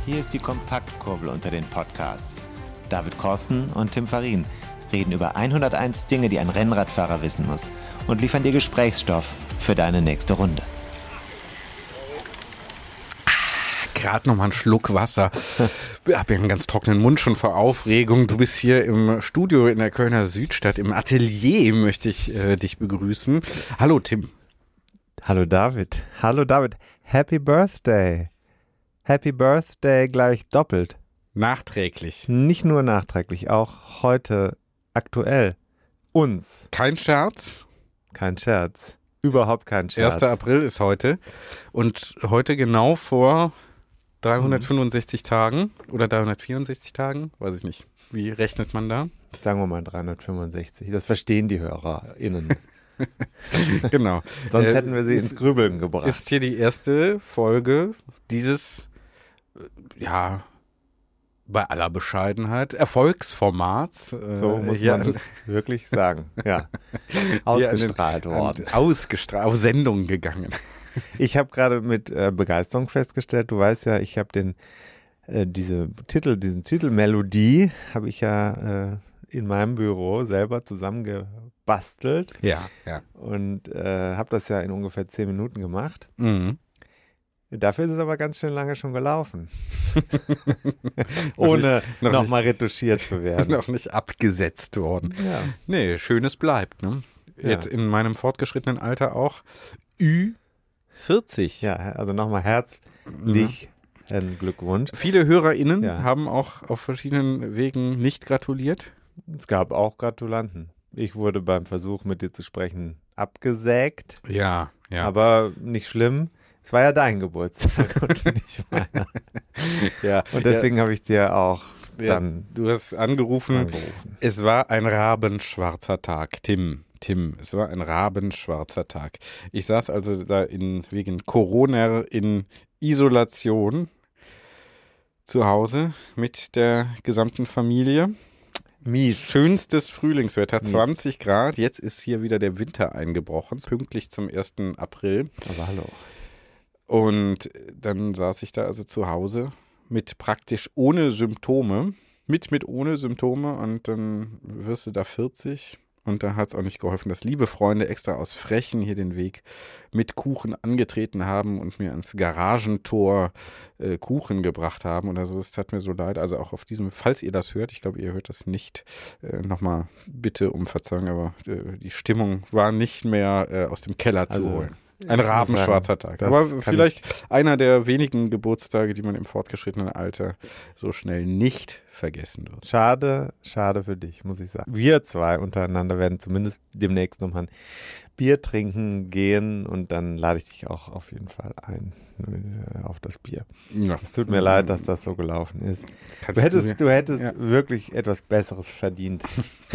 Hier ist die Kompaktkurbel unter den Podcasts. David Korsten und Tim Farin reden über 101 Dinge, die ein Rennradfahrer wissen muss und liefern dir Gesprächsstoff für deine nächste Runde. Gerade noch mal einen Schluck Wasser. Ich habe ja einen ganz trockenen Mund schon vor Aufregung. Du bist hier im Studio in der Kölner Südstadt. Im Atelier möchte ich dich begrüßen. Hallo Tim. Hallo David. Hallo David. Happy Birthday. Happy Birthday gleich doppelt. Nachträglich. Nicht nur nachträglich, auch heute aktuell. Uns. Kein Scherz. Kein Scherz. Überhaupt kein Scherz. 1. April ist heute. Und heute genau vor 365 Tagen oder 364 Tagen, weiß ich nicht. Wie rechnet man da? Sagen wir mal 365. Das verstehen die HörerInnen. Genau. Sonst hätten wir sie ins Grübeln gebracht. Ist hier die erste Folge dieses, bei aller Bescheidenheit, Erfolgsformats. So muss man das wirklich sagen. Ja. Ausgestrahlt worden. Ausgestrahlt, auf Sendung gegangen. Ich habe gerade mit Begeisterung festgestellt, du weißt ja, ich habe diesen Titelmelodie habe ich ja in meinem Büro selber zusammengebastelt. Ja. Und habe das ja in ungefähr 10 Minuten gemacht. Mhm. Dafür ist es aber ganz schön lange schon gelaufen. Ohne nochmal retuschiert zu werden. Noch nicht abgesetzt worden. Ja. Nee, Schönes bleibt. Ne? Jetzt in meinem fortgeschrittenen Alter auch Ü40. Ja, also nochmal herzlichen Glückwunsch. Viele HörerInnen haben auch auf verschiedenen Wegen nicht gratuliert. Es gab auch Gratulanten. Ich wurde beim Versuch, mit dir zu sprechen, abgesägt. Ja. Aber nicht schlimm. Es war ja dein Geburtstag und nicht meiner. Ja. Und deswegen habe ich dir auch dann du hast angerufen. Es war ein rabenschwarzer Tag, Tim, es war ein rabenschwarzer Tag. Ich saß also da wegen Corona in Isolation zu Hause mit der gesamten Familie. Mies. Schönstes Frühlingswetter, 20 Grad. Jetzt ist hier wieder der Winter eingebrochen, pünktlich zum 1. April. Aber hallo. Und dann saß ich da also zu Hause mit praktisch ohne Symptome, ohne Symptome, und dann wirst du da 40 und da hat es auch nicht geholfen, dass liebe Freunde extra aus Frechen hier den Weg mit Kuchen angetreten haben und mir ans Garagentor Kuchen gebracht haben oder so. Es tat mir so leid, also auch auf diesem, falls ihr das hört, ich glaube, ihr hört das nicht, nochmal bitte um Verzeihung, aber die Stimmung war nicht mehr aus dem Keller zu holen. Ein rabenschwarzer Tag. Aber vielleicht einer der wenigen Geburtstage, die man im fortgeschrittenen Alter so schnell nicht vergessen wird. Schade für dich, muss ich sagen. Wir zwei untereinander werden zumindest demnächst nochmal ein Bier trinken gehen und dann lade ich dich auch auf jeden Fall ein auf das Bier. Ja. Es tut mir leid, dass das so gelaufen ist. Du hättest wirklich etwas Besseres verdient.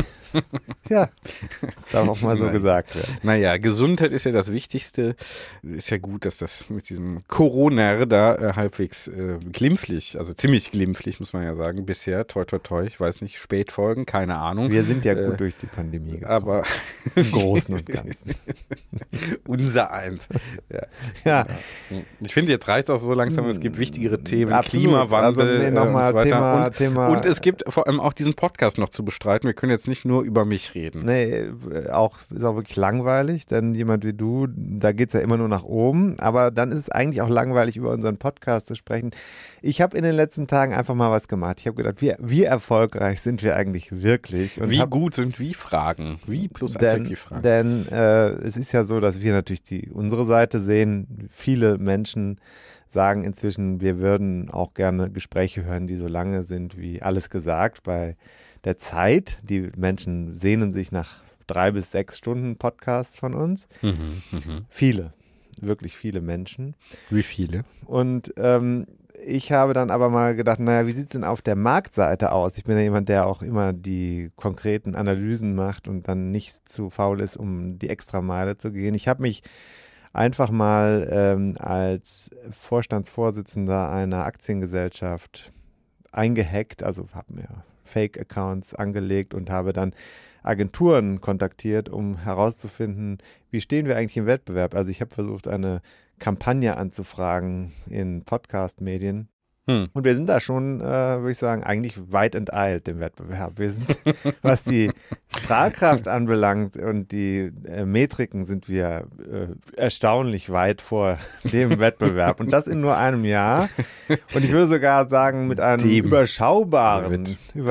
Ja, das darf auch mal so gesagt werden. Naja, Gesundheit ist ja das Wichtigste. Ist ja gut, dass das mit diesem Corona da halbwegs glimpflich, also ziemlich glimpflich, muss man ja sagen, bisher, toi, ich weiß nicht, Spätfolgen, keine Ahnung. Wir sind ja gut durch die Pandemie gekommen. Aber im Großen und Ganzen. Unser Eins. Ja. Ich finde, jetzt reicht es auch so langsam, es gibt wichtigere Themen, Absolut. Klimawandel also, nochmal und so weiter. Thema. Und es gibt vor allem auch diesen Podcast noch zu bestreiten. Wir können jetzt nicht nur über mich reden. Nee, ist auch wirklich langweilig, denn jemand wie du, da geht es ja immer nur nach oben, aber dann ist es eigentlich auch langweilig, über unseren Podcast zu sprechen. Ich habe in den letzten Tagen einfach mal was gemacht. Ich habe gedacht, wie erfolgreich sind wir eigentlich wirklich? Und wie gut sind Wie-Fragen? Wie plus Adjektivfragen. Denn es ist ja so, dass wir natürlich unsere Seite sehen. Viele Menschen sagen inzwischen, wir würden auch gerne Gespräche hören, die so lange sind wie Alles gesagt bei der Zeit. Die Menschen sehnen sich nach 3 bis 6 Stunden Podcasts von uns. Viele, wirklich viele Menschen. Wie viele? Und ich habe dann aber mal gedacht, naja, wie sieht es denn auf der Marktseite aus? Ich bin ja jemand, der auch immer die konkreten Analysen macht und dann nicht zu faul ist, um die Extrameile zu gehen. Ich habe mich einfach mal als Vorstandsvorsitzender einer Aktiengesellschaft eingehackt, also habe mir Fake-Accounts angelegt und habe dann Agenturen kontaktiert, um herauszufinden, wie stehen wir eigentlich im Wettbewerb. Also ich habe versucht, eine Kampagne anzufragen in Podcast-Medien Und wir sind da schon, würde ich sagen, eigentlich weit enteilt dem Wettbewerb. Wir sind, was die Strahlkraft anbelangt und die Metriken, sind wir erstaunlich weit vor dem Wettbewerb. Und das in nur einem Jahr. Und ich würde sogar sagen, mit einem überschaubaren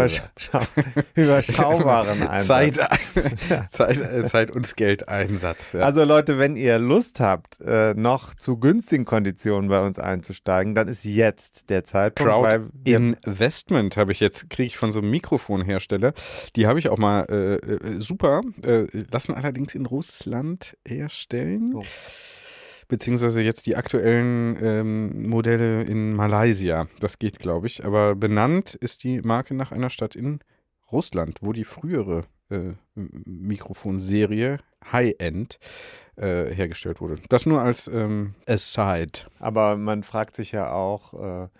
Einsatz. Zeit und Geldeinsatz. Ja. Also Leute, wenn ihr Lust habt, noch zu günstigen Konditionen bei uns einzusteigen, dann ist jetzt der Zeitpunkt. Crowd Investment kriege ich von so einem Mikrofonhersteller. Die habe ich auch mal super, lassen allerdings in Russland herstellen. Oh. Beziehungsweise jetzt die aktuellen Modelle in Malaysia. Das geht, glaube ich. Aber benannt ist die Marke nach einer Stadt in Russland, wo die frühere Mikrofonserie High-End hergestellt wurde. Das nur als Aside. Aber man fragt sich ja auch,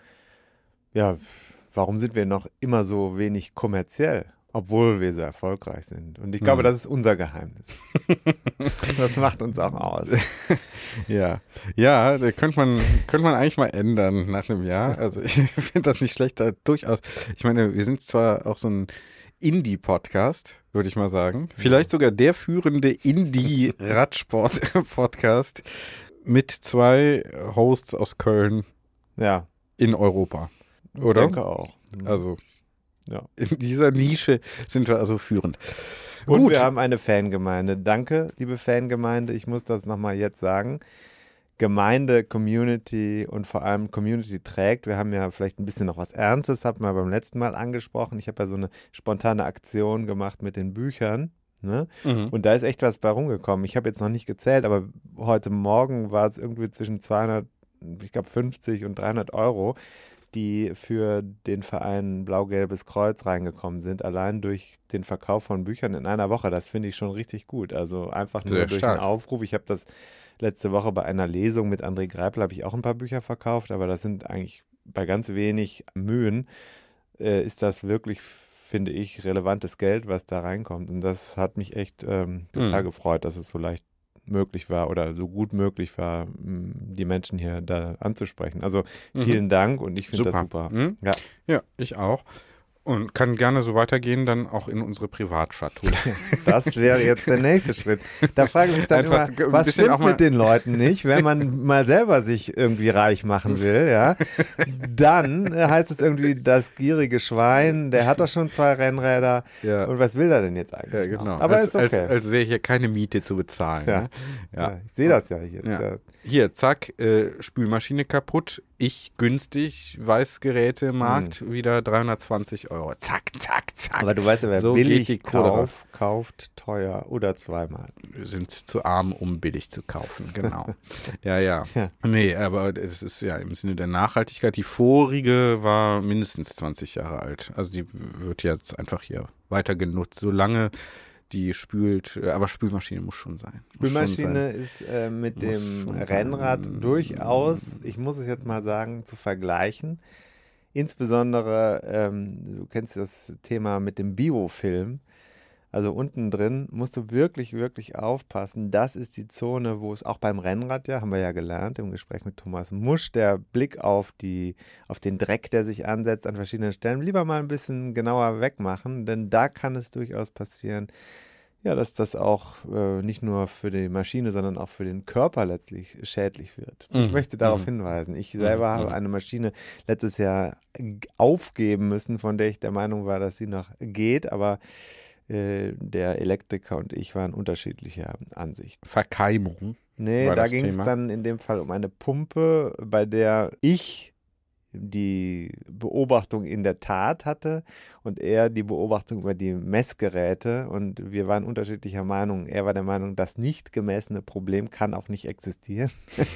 warum sind wir noch immer so wenig kommerziell, obwohl wir sehr erfolgreich sind? Und ich glaube, das ist unser Geheimnis. Das macht uns auch aus. Ja, da könnte man eigentlich mal ändern nach einem Jahr. Also ich finde das nicht schlecht, da durchaus. Ich meine, wir sind zwar auch so ein Indie-Podcast, würde ich mal sagen. Vielleicht sogar der führende Indie-Radsport-Podcast mit 2 Hosts aus Köln in Europa. Oder? Ich denke auch. Also in dieser Nische sind wir also führend. Und Gut. wir haben eine Fangemeinde. Danke, liebe Fangemeinde. Ich muss das nochmal jetzt sagen. Gemeinde, Community und vor allem Community trägt. Wir haben ja vielleicht ein bisschen noch was Ernstes, hatten wir beim letzten Mal angesprochen. Ich habe ja so eine spontane Aktion gemacht mit den Büchern. Ne? Und da ist echt was bei rumgekommen. Ich habe jetzt noch nicht gezählt, aber heute Morgen war es irgendwie zwischen 250 und 300 Euro, die für den Verein Blau-Gelbes Kreuz reingekommen sind, allein durch den Verkauf von Büchern in einer Woche. Das finde ich schon richtig gut. Also einfach nur durch den Aufruf. Ich habe das letzte Woche bei einer Lesung mit André Greipel habe ich auch ein paar Bücher verkauft, aber das sind eigentlich bei ganz wenig Mühen, ist das wirklich, finde ich, relevantes Geld, was da reinkommt. Und das hat mich echt total gefreut, dass es so leicht möglich war oder so gut möglich war, die Menschen hier da anzusprechen. Also vielen Dank und ich finde das super. Ja, ich auch. Und kann gerne so weitergehen, dann auch in unsere Privatschatulle. Das wäre jetzt der nächste Schritt. Da frage ich mich dann immer, was stimmt mit den Leuten nicht, wenn man mal selber sich irgendwie reich machen will, ja? Dann heißt es irgendwie, das gierige Schwein, der hat doch schon 2 Rennräder und was will er denn jetzt eigentlich? Ja, genau. Noch? Aber ist okay. Als wäre hier keine Miete zu bezahlen. Ja. Ne? Ja, ich sehe das ja hier. Ja. Hier, zack, Spülmaschine kaputt, ich günstig, Weißgeräte, Markt, wieder 320 Euro. Zack, zack, zack. Aber du weißt ja, wer so billig kauft teuer oder zweimal. Wir sind zu arm, um billig zu kaufen, genau. Ja. Nee, aber das ist ja im Sinne der Nachhaltigkeit. Die vorige war mindestens 20 Jahre alt. Also die wird jetzt einfach hier weiter genutzt, solange die spült, aber Spülmaschine muss schon sein. Spülmaschine ist mit dem Rennrad durchaus, ich muss es jetzt mal sagen, zu vergleichen. Insbesondere, du kennst das Thema mit dem Biofilm. Also unten drin musst du wirklich, wirklich aufpassen. Das ist die Zone, wo es auch beim Rennrad, haben wir ja gelernt im Gespräch mit Thomas Musch, der Blick auf den Dreck, der sich ansetzt an verschiedenen Stellen, lieber mal ein bisschen genauer wegmachen, denn da kann es durchaus passieren, dass das auch nicht nur für die Maschine, sondern auch für den Körper letztlich schädlich wird. Ich möchte darauf hinweisen. Ich selber habe eine Maschine letztes Jahr aufgeben müssen, von der ich der Meinung war, dass sie noch geht, aber der Elektriker und ich waren unterschiedlicher Ansicht. Verkeimung? Nee, da ging es dann in dem Fall um eine Pumpe, bei der ich die Beobachtung in der Tat hatte und er die Beobachtung über die Messgeräte und wir waren unterschiedlicher Meinung. Er war der Meinung, das nicht gemessene Problem kann auch nicht existieren.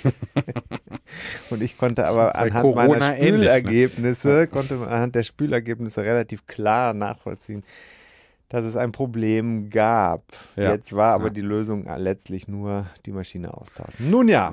Und ich konnte aber anhand meiner Spülergebnisse, anhand der Spülergebnisse relativ klar nachvollziehen, dass es ein Problem gab. Jetzt war aber die Lösung letztlich nur die Maschine austauschen. Nun ja.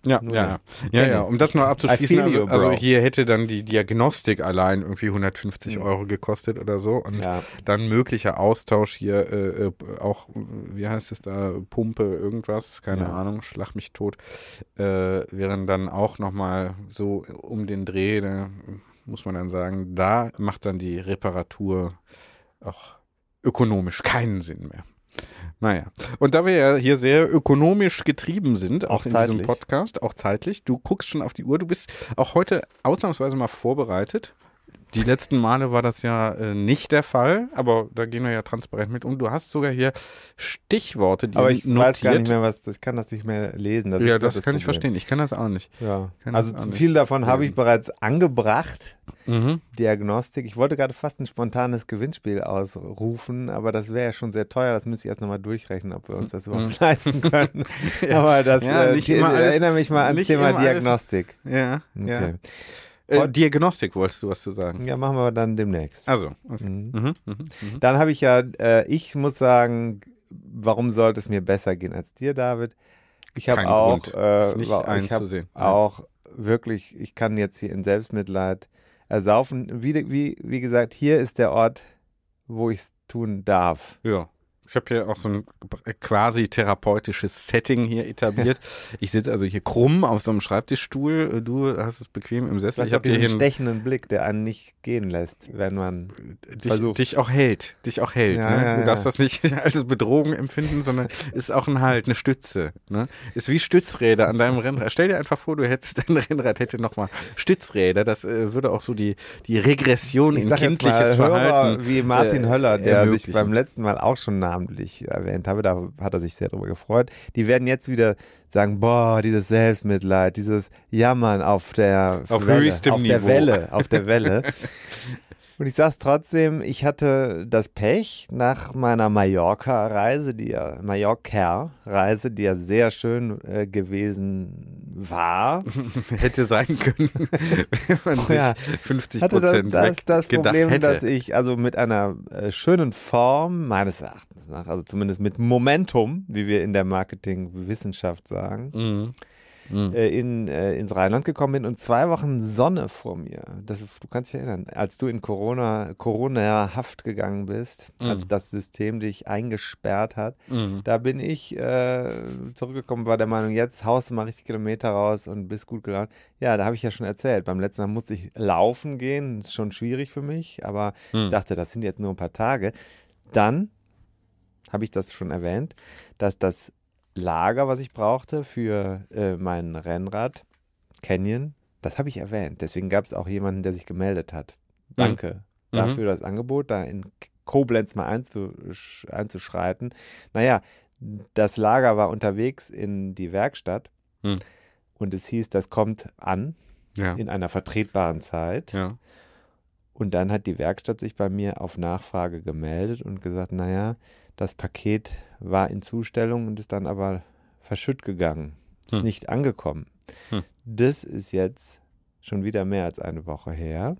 Ja, um das noch abzuschließen, also hier hätte dann die Diagnostik allein irgendwie 150 Euro gekostet oder so und dann möglicher Austausch hier auch, wie heißt es da, Pumpe, irgendwas, keine Ahnung, schlag mich tot, wären dann auch nochmal so um den Dreh muss man dann sagen, da macht dann die Reparatur auch ökonomisch keinen Sinn mehr. Naja, und da wir ja hier sehr ökonomisch getrieben sind, auch in diesem Podcast, auch zeitlich, du guckst schon auf die Uhr, du bist auch heute ausnahmsweise mal vorbereitet. Die letzten Male war das ja nicht der Fall, aber da gehen wir ja transparent mit um. Du hast sogar hier Stichworte, die aber ich notiert. weiß gar nicht mehr, ich kann das nicht mehr lesen. Das kann ich verstehen. Ich kann das auch nicht. Ja. Also zu viel davon habe ich bereits angebracht. Mhm. Diagnostik. Ich wollte gerade fast ein spontanes Gewinnspiel ausrufen, aber das wäre ja schon sehr teuer. Das müsste ich jetzt nochmal durchrechnen, ob wir uns das überhaupt leisten können. Aber das erinnere mich mal ans Thema Diagnostik. Ja, okay. Diagnostik wolltest du was zu sagen? Ja, machen wir dann demnächst. Also, okay. Dann habe ich ich muss sagen, warum sollte es mir besser gehen als dir, David? Ich habe auch, wirklich, ich kann jetzt hier in Selbstmitleid ersaufen. Wie gesagt, hier ist der Ort, wo ich es tun darf. Ja. Ich habe hier auch so ein quasi therapeutisches Setting hier etabliert. Ich sitze also hier krumm auf so einem Schreibtischstuhl. Du hast es bequem im Sessel. Ich habe hier einen stechenden Blick, der einen nicht gehen lässt, wenn man versucht. Dich auch hält. Ja, ne? Ja, du darfst das nicht als Bedrohung empfinden, sondern ist auch ein Halt, eine Stütze. Ne? Ist wie Stützräder an deinem Rennrad. Stell dir einfach vor, dein Rennrad hätte nochmal Stützräder. Das würde auch so die Regression in kindliches Verhalten wie Martin Höller, der sich beim letzten Mal auch schon namentlich erwähnt habe, da hat er sich sehr darüber gefreut. Die werden jetzt wieder sagen, boah, dieses Selbstmitleid, dieses Jammern auf höchstem Niveau. Auf der Welle. Und ich sag's trotzdem, ich hatte das Pech nach meiner Mallorca-Reise, die ja sehr schön gewesen war. Hätte sein können, wenn man sich 50% das Problem, hätte. dass ich also mit einer schönen Form, meines Erachtens nach, also zumindest mit Momentum, wie wir in der Marketingwissenschaft sagen, ins Rheinland gekommen bin und 2 Wochen Sonne vor mir. Du kannst dich erinnern, als du in Corona-Haft gegangen bist, als das System dich eingesperrt hat, da bin ich zurückgekommen, war der Meinung, jetzt haust du mal richtig Kilometer raus und bist gut gelaunt. Ja, da habe ich ja schon erzählt. Beim letzten Mal musste ich laufen gehen, ist schon schwierig für mich, aber ich dachte, das sind jetzt nur ein paar Tage. Dann habe ich das schon erwähnt, dass das Lager, was ich brauchte für mein Rennrad, Canyon, das habe ich erwähnt. Deswegen gab es auch jemanden, der sich gemeldet hat. Danke dafür das Angebot, da in Koblenz mal einzuschreiten. Naja, das Lager war unterwegs in die Werkstatt und es hieß, das kommt an in einer vertretbaren Zeit. Ja. Und dann hat die Werkstatt sich bei mir auf Nachfrage gemeldet und gesagt, naja, das Paket war in Zustellung und ist dann aber verschütt gegangen. Ist nicht angekommen. Das ist jetzt schon wieder mehr als eine Woche her.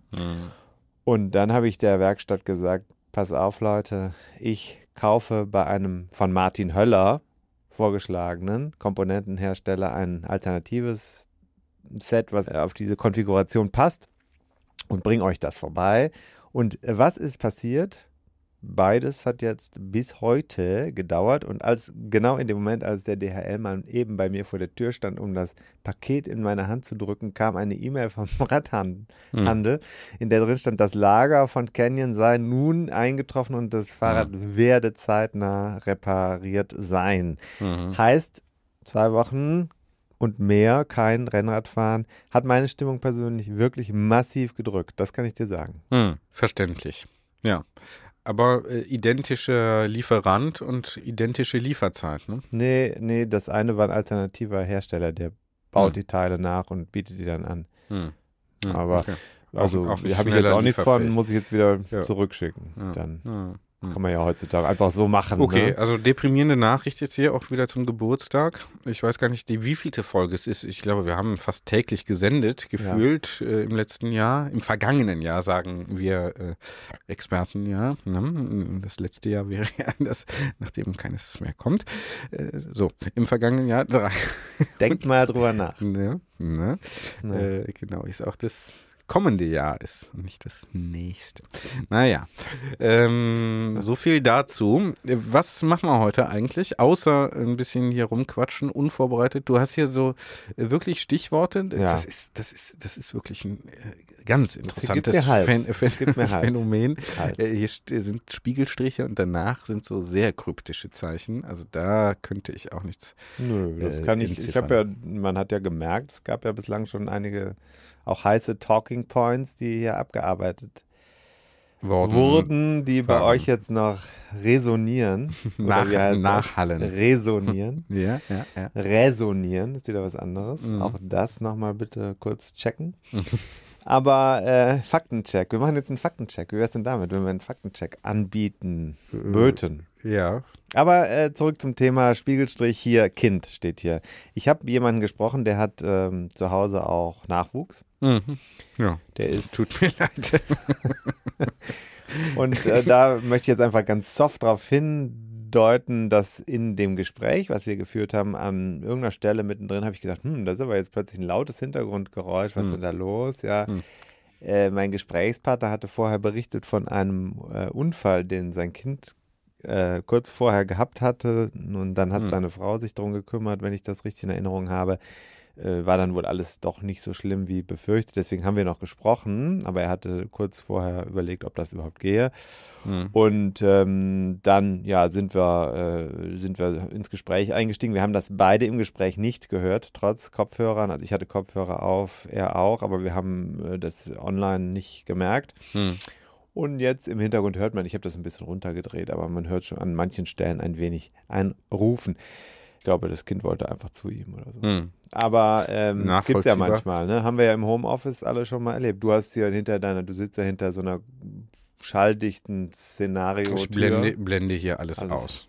Und dann habe ich der Werkstatt gesagt, pass auf Leute, ich kaufe bei einem von Martin Höller vorgeschlagenen Komponentenhersteller ein alternatives Set, was auf diese Konfiguration passt und bringe euch das vorbei. Und was ist passiert? Beides hat jetzt bis heute gedauert und genau in dem Moment, als der DHL-Mann eben bei mir vor der Tür stand, um das Paket in meine Hand zu drücken, kam eine E-Mail vom Radhandel, in der drin stand, das Lager von Canyon sei nun eingetroffen und das Fahrrad werde zeitnah repariert sein. Heißt, 2 Wochen und mehr kein Rennradfahren hat meine Stimmung persönlich wirklich massiv gedrückt. Das kann ich dir sagen. Verständlich, ja. Aber identischer Lieferant und identische Lieferzeit, ne? Nee, das eine war ein alternativer Hersteller, der baut die Teile nach und bietet die dann an. Aber okay. also auch habe ich jetzt auch nichts von, muss ich jetzt wieder zurückschicken. Ja. Dann kann man ja heutzutage einfach so machen. Okay, ne? also deprimierende Nachricht jetzt hier auch wieder zum Geburtstag. Ich weiß gar nicht, wievielte Folge es ist. Ich glaube, wir haben fast täglich gesendet, gefühlt im letzten Jahr. Im vergangenen Jahr, sagen wir Experten, ja. Das letzte Jahr wäre ja das, nachdem keines mehr kommt. Im vergangenen Jahr 3. Denkt mal drüber nach. Ne? Genau, ist auch das kommende Jahr ist und nicht das nächste. Naja, so viel dazu. Was machen wir heute eigentlich, außer ein bisschen hier rumquatschen, unvorbereitet? Du hast hier so wirklich Stichworte. Ja. Das ist wirklich ein ganz interessantes Phänomen. Hier sind Spiegelstriche und danach sind so sehr kryptische Zeichen. Also da könnte ich auch nichts. Nö, das kann ich. Man hat ja gemerkt, es gab ja bislang schon einige auch heiße Talking Points, die hier abgearbeitet wurden, die bei euch jetzt noch resonieren. Nachhallen. Resonieren. Ja. Resonieren ist wieder was anderes. Auch das nochmal bitte kurz checken. Aber Faktencheck. Wir machen jetzt einen Faktencheck. Wie wäre es denn damit, wenn wir einen Faktencheck anbieten würden? Ja. Aber zurück zum Thema Spiegelstrich hier, Kind steht hier. Ich habe jemanden gesprochen, der hat zu Hause auch Nachwuchs. Ja. Der ist. Tut mir leid. Und da möchte ich jetzt einfach ganz soft darauf hindeuten, dass in dem Gespräch, was wir geführt haben, an irgendeiner Stelle mittendrin habe ich gedacht, das ist aber jetzt plötzlich ein lautes Hintergrundgeräusch, was ist denn da los? Ja. Mein Gesprächspartner hatte vorher berichtet von einem Unfall, den sein Kind kurz vorher gehabt hatte, und dann hat seine Frau sich darum gekümmert, wenn ich das richtig in Erinnerung habe. War dann wohl alles doch nicht so schlimm wie befürchtet. Deswegen haben wir noch gesprochen, aber er hatte kurz vorher überlegt, ob das überhaupt gehe. Und dann sind wir ins Gespräch eingestiegen. Wir haben das beide im Gespräch nicht gehört, trotz Kopfhörern. Also ich hatte Kopfhörer auf, er auch, aber wir haben das online nicht gemerkt. Und jetzt im Hintergrund hört man, ich habe das ein bisschen runtergedreht, aber man hört schon an manchen Stellen ein wenig ein Rufen. Ich glaube, das Kind wollte einfach zu ihm oder so. Aber gibt es ja manchmal, ne? Haben wir ja im Homeoffice alle schon mal erlebt. Du hast hier du sitzt ja hinter so einer schalldichten Szenario. Ich blende hier alles aus.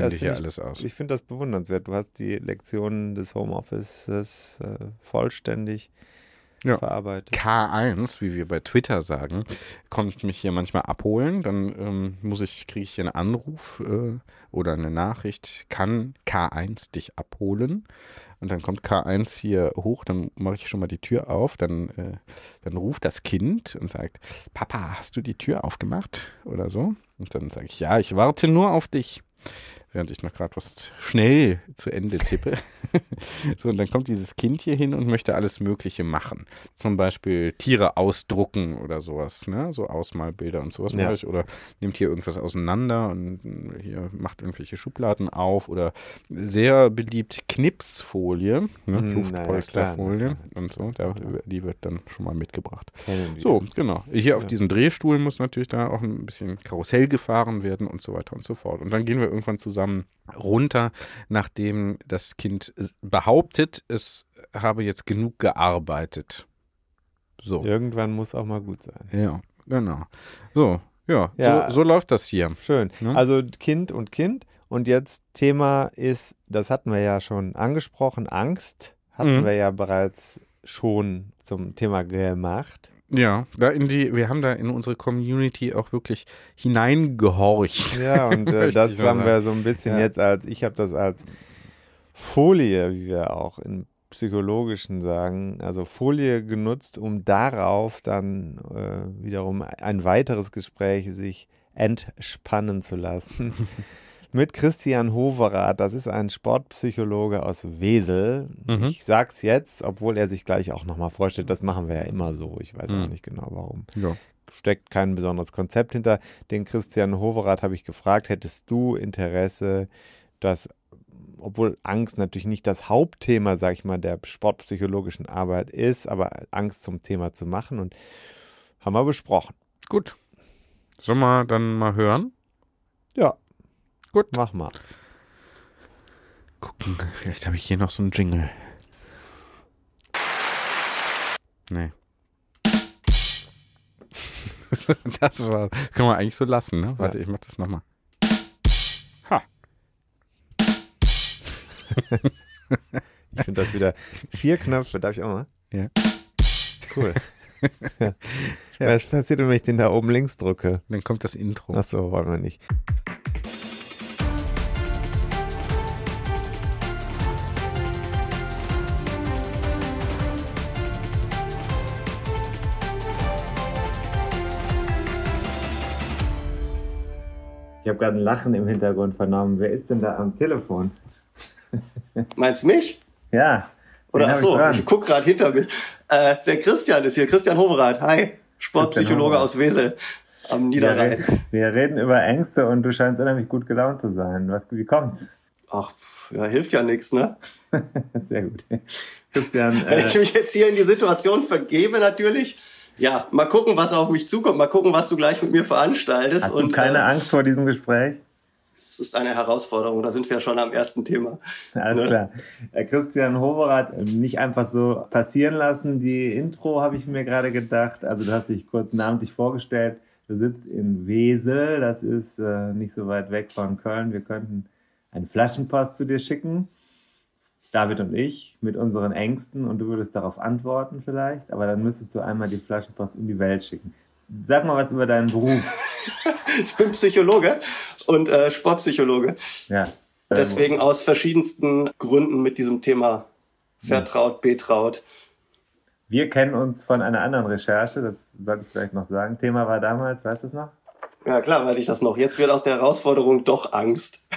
Ich finde das bewundernswert. Du hast die Lektionen des Homeoffices vollständig verarbeitet. K1, wie wir bei Twitter sagen, kommt mich hier manchmal abholen. Dann kriege ich hier einen Anruf oder eine Nachricht, kann K1 dich abholen? Und dann kommt K1 hier hoch, dann mache ich schon mal die Tür auf, dann ruft das Kind und sagt, Papa, hast du die Tür aufgemacht? Oder so. Und dann sage ich, ja, ich warte nur auf dich. Während ich noch gerade was schnell zu Ende tippe. So, und dann kommt dieses Kind hier hin und möchte alles Mögliche machen. Zum Beispiel Tiere ausdrucken oder sowas, ne? So Ausmalbilder und sowas mache ich. Oder nimmt hier irgendwas auseinander und hier macht irgendwelche Schubladen auf. Oder sehr beliebt Knipsfolie, ne? Luftpolsterfolie und so. Die wird dann schon mal mitgebracht. So, genau. Hier auf diesem Drehstuhl muss natürlich da auch ein bisschen Karussell gefahren werden und so weiter und so fort. Und dann gehen wir irgendwann zusammen runter, nachdem das Kind behauptet, es habe jetzt genug gearbeitet. So. Irgendwann muss auch mal gut sein. Ja, genau. So läuft das hier. Schön. Ne? Also Kind. Und jetzt Thema ist, das hatten wir ja schon angesprochen, Angst hatten wir ja bereits schon zum Thema gemacht. Ja, wir haben da in unsere Community auch wirklich hineingehorcht. Ja, und das haben wir so ein bisschen ich habe das als Folie, wie wir auch im Psychologischen sagen, also Folie genutzt, um darauf dann wiederum ein weiteres Gespräch sich entspannen zu lassen. Mit Christian Hoverath, das ist ein Sportpsychologe aus Wesel. Ich sag's jetzt, obwohl er sich gleich auch nochmal vorstellt, das machen wir ja immer so. Ich weiß auch nicht genau warum. Ja. Steckt kein besonderes Konzept hinter. Den Christian Hoverath habe ich gefragt, hättest du Interesse, dass, obwohl Angst natürlich nicht das Hauptthema, sag ich mal, der sportpsychologischen Arbeit ist, aber Angst zum Thema zu machen, und haben wir besprochen. Gut. Sollen wir dann mal hören? Ja. Gut. Mach mal. Gucken, vielleicht habe ich hier noch so einen Jingle. Nee. Das können wir eigentlich so lassen, ne? Warte, ich mach das nochmal. Ha. Ich finde das wieder 4 Knöpfe, darf ich auch mal? Ja. Cool. Was passiert, wenn ich den da oben links drücke? Dann kommt das Intro. Achso, wollen wir nicht. Ich habe gerade ein Lachen im Hintergrund vernommen. Wer ist denn da am Telefon? Meinst du mich? Ja. Oder achso, ich gucke gerade hinter mich. Der Christian ist hier, Christian Hoverath. Hi, Sportpsychologe aus Wesel am Niederrhein. Wir reden über Ängste und du scheinst unheimlich gut gelaunt zu sein. Wie kommt's? Ach, ja, hilft ja nichts, ne? Sehr gut. Christian, wenn ich mich jetzt hier in die Situation vergebe, natürlich. Ja, mal gucken, was auf mich zukommt. Mal gucken, was du gleich mit mir veranstaltest. Hast du keine Angst vor diesem Gespräch? Es ist eine Herausforderung, da sind wir schon am ersten Thema. Alles klar. Christian Hoverath, nicht einfach so passieren lassen. Die Intro habe ich mir gerade gedacht. Also du hast dich kurz namentlich vorgestellt. Du sitzt in Wesel, das ist nicht so weit weg von Köln. Wir könnten eine Flaschenpost zu dir schicken, David und ich, mit unseren Ängsten, und du würdest darauf antworten vielleicht, aber dann müsstest du einmal die Flaschenpost in die Welt schicken. Sag mal was über deinen Beruf. Ich bin Psychologe und Sportpsychologe. Ja. Deswegen aus verschiedensten Gründen mit diesem Thema vertraut, betraut. Wir kennen uns von einer anderen Recherche, das sollte ich vielleicht noch sagen. Thema war damals, weißt du es noch? Ja klar, weiß ich das noch. Jetzt wird aus der Herausforderung doch Angst.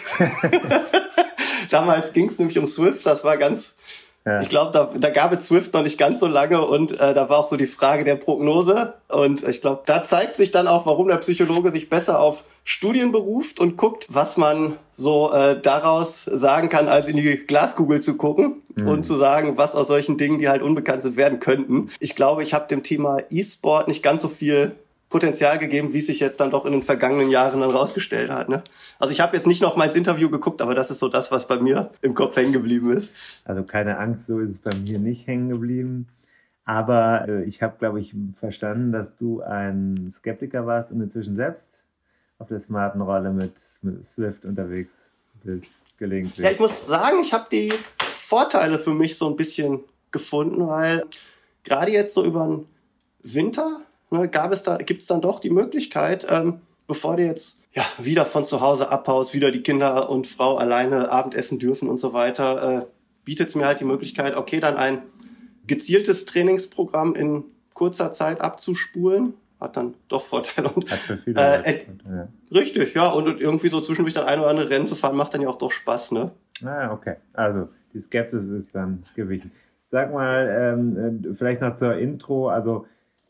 Damals ging es nämlich um Swift, das war ganz... Ja. Ich glaube, da gab es Swift noch nicht ganz so lange und da war auch so die Frage der Prognose. Und ich glaube, da zeigt sich dann auch, warum der Psychologe sich besser auf Studien beruft und guckt, was man so daraus sagen kann, als in die Glaskugel zu gucken und zu sagen, was aus solchen Dingen, die halt unbekannt sind, werden könnten. Ich glaube, ich habe dem Thema E-Sport nicht ganz so viel Potenzial gegeben, wie es sich jetzt dann doch in den vergangenen Jahren dann rausgestellt hat. Ne? Also ich habe jetzt nicht noch mal ins Interview geguckt, aber das ist so das, was bei mir im Kopf hängen geblieben ist. Also keine Angst, so ist es bei mir nicht hängen geblieben. Aber ich habe, glaube ich, verstanden, dass du ein Skeptiker warst und inzwischen selbst auf der smarten Rolle mit Swift unterwegs bist, gelegentlich. Ja, ich muss sagen, ich habe die Vorteile für mich so ein bisschen gefunden, weil gerade jetzt so über den Winter gibt es dann doch die Möglichkeit, bevor du jetzt wieder von zu Hause abhaust, wieder die Kinder und Frau alleine Abendessen dürfen und so weiter, bietet es mir halt die Möglichkeit, okay, dann ein gezieltes Trainingsprogramm in kurzer Zeit abzuspulen. Hat dann doch Vorteile. Und, hat für viele ja. Richtig, ja. Und irgendwie so zwischendurch dann ein oder andere Rennen zu fahren, macht dann ja auch doch Spaß, ne? Ah, okay. Also die Skepsis ist dann gewichen. Sag mal, vielleicht noch zur Intro, also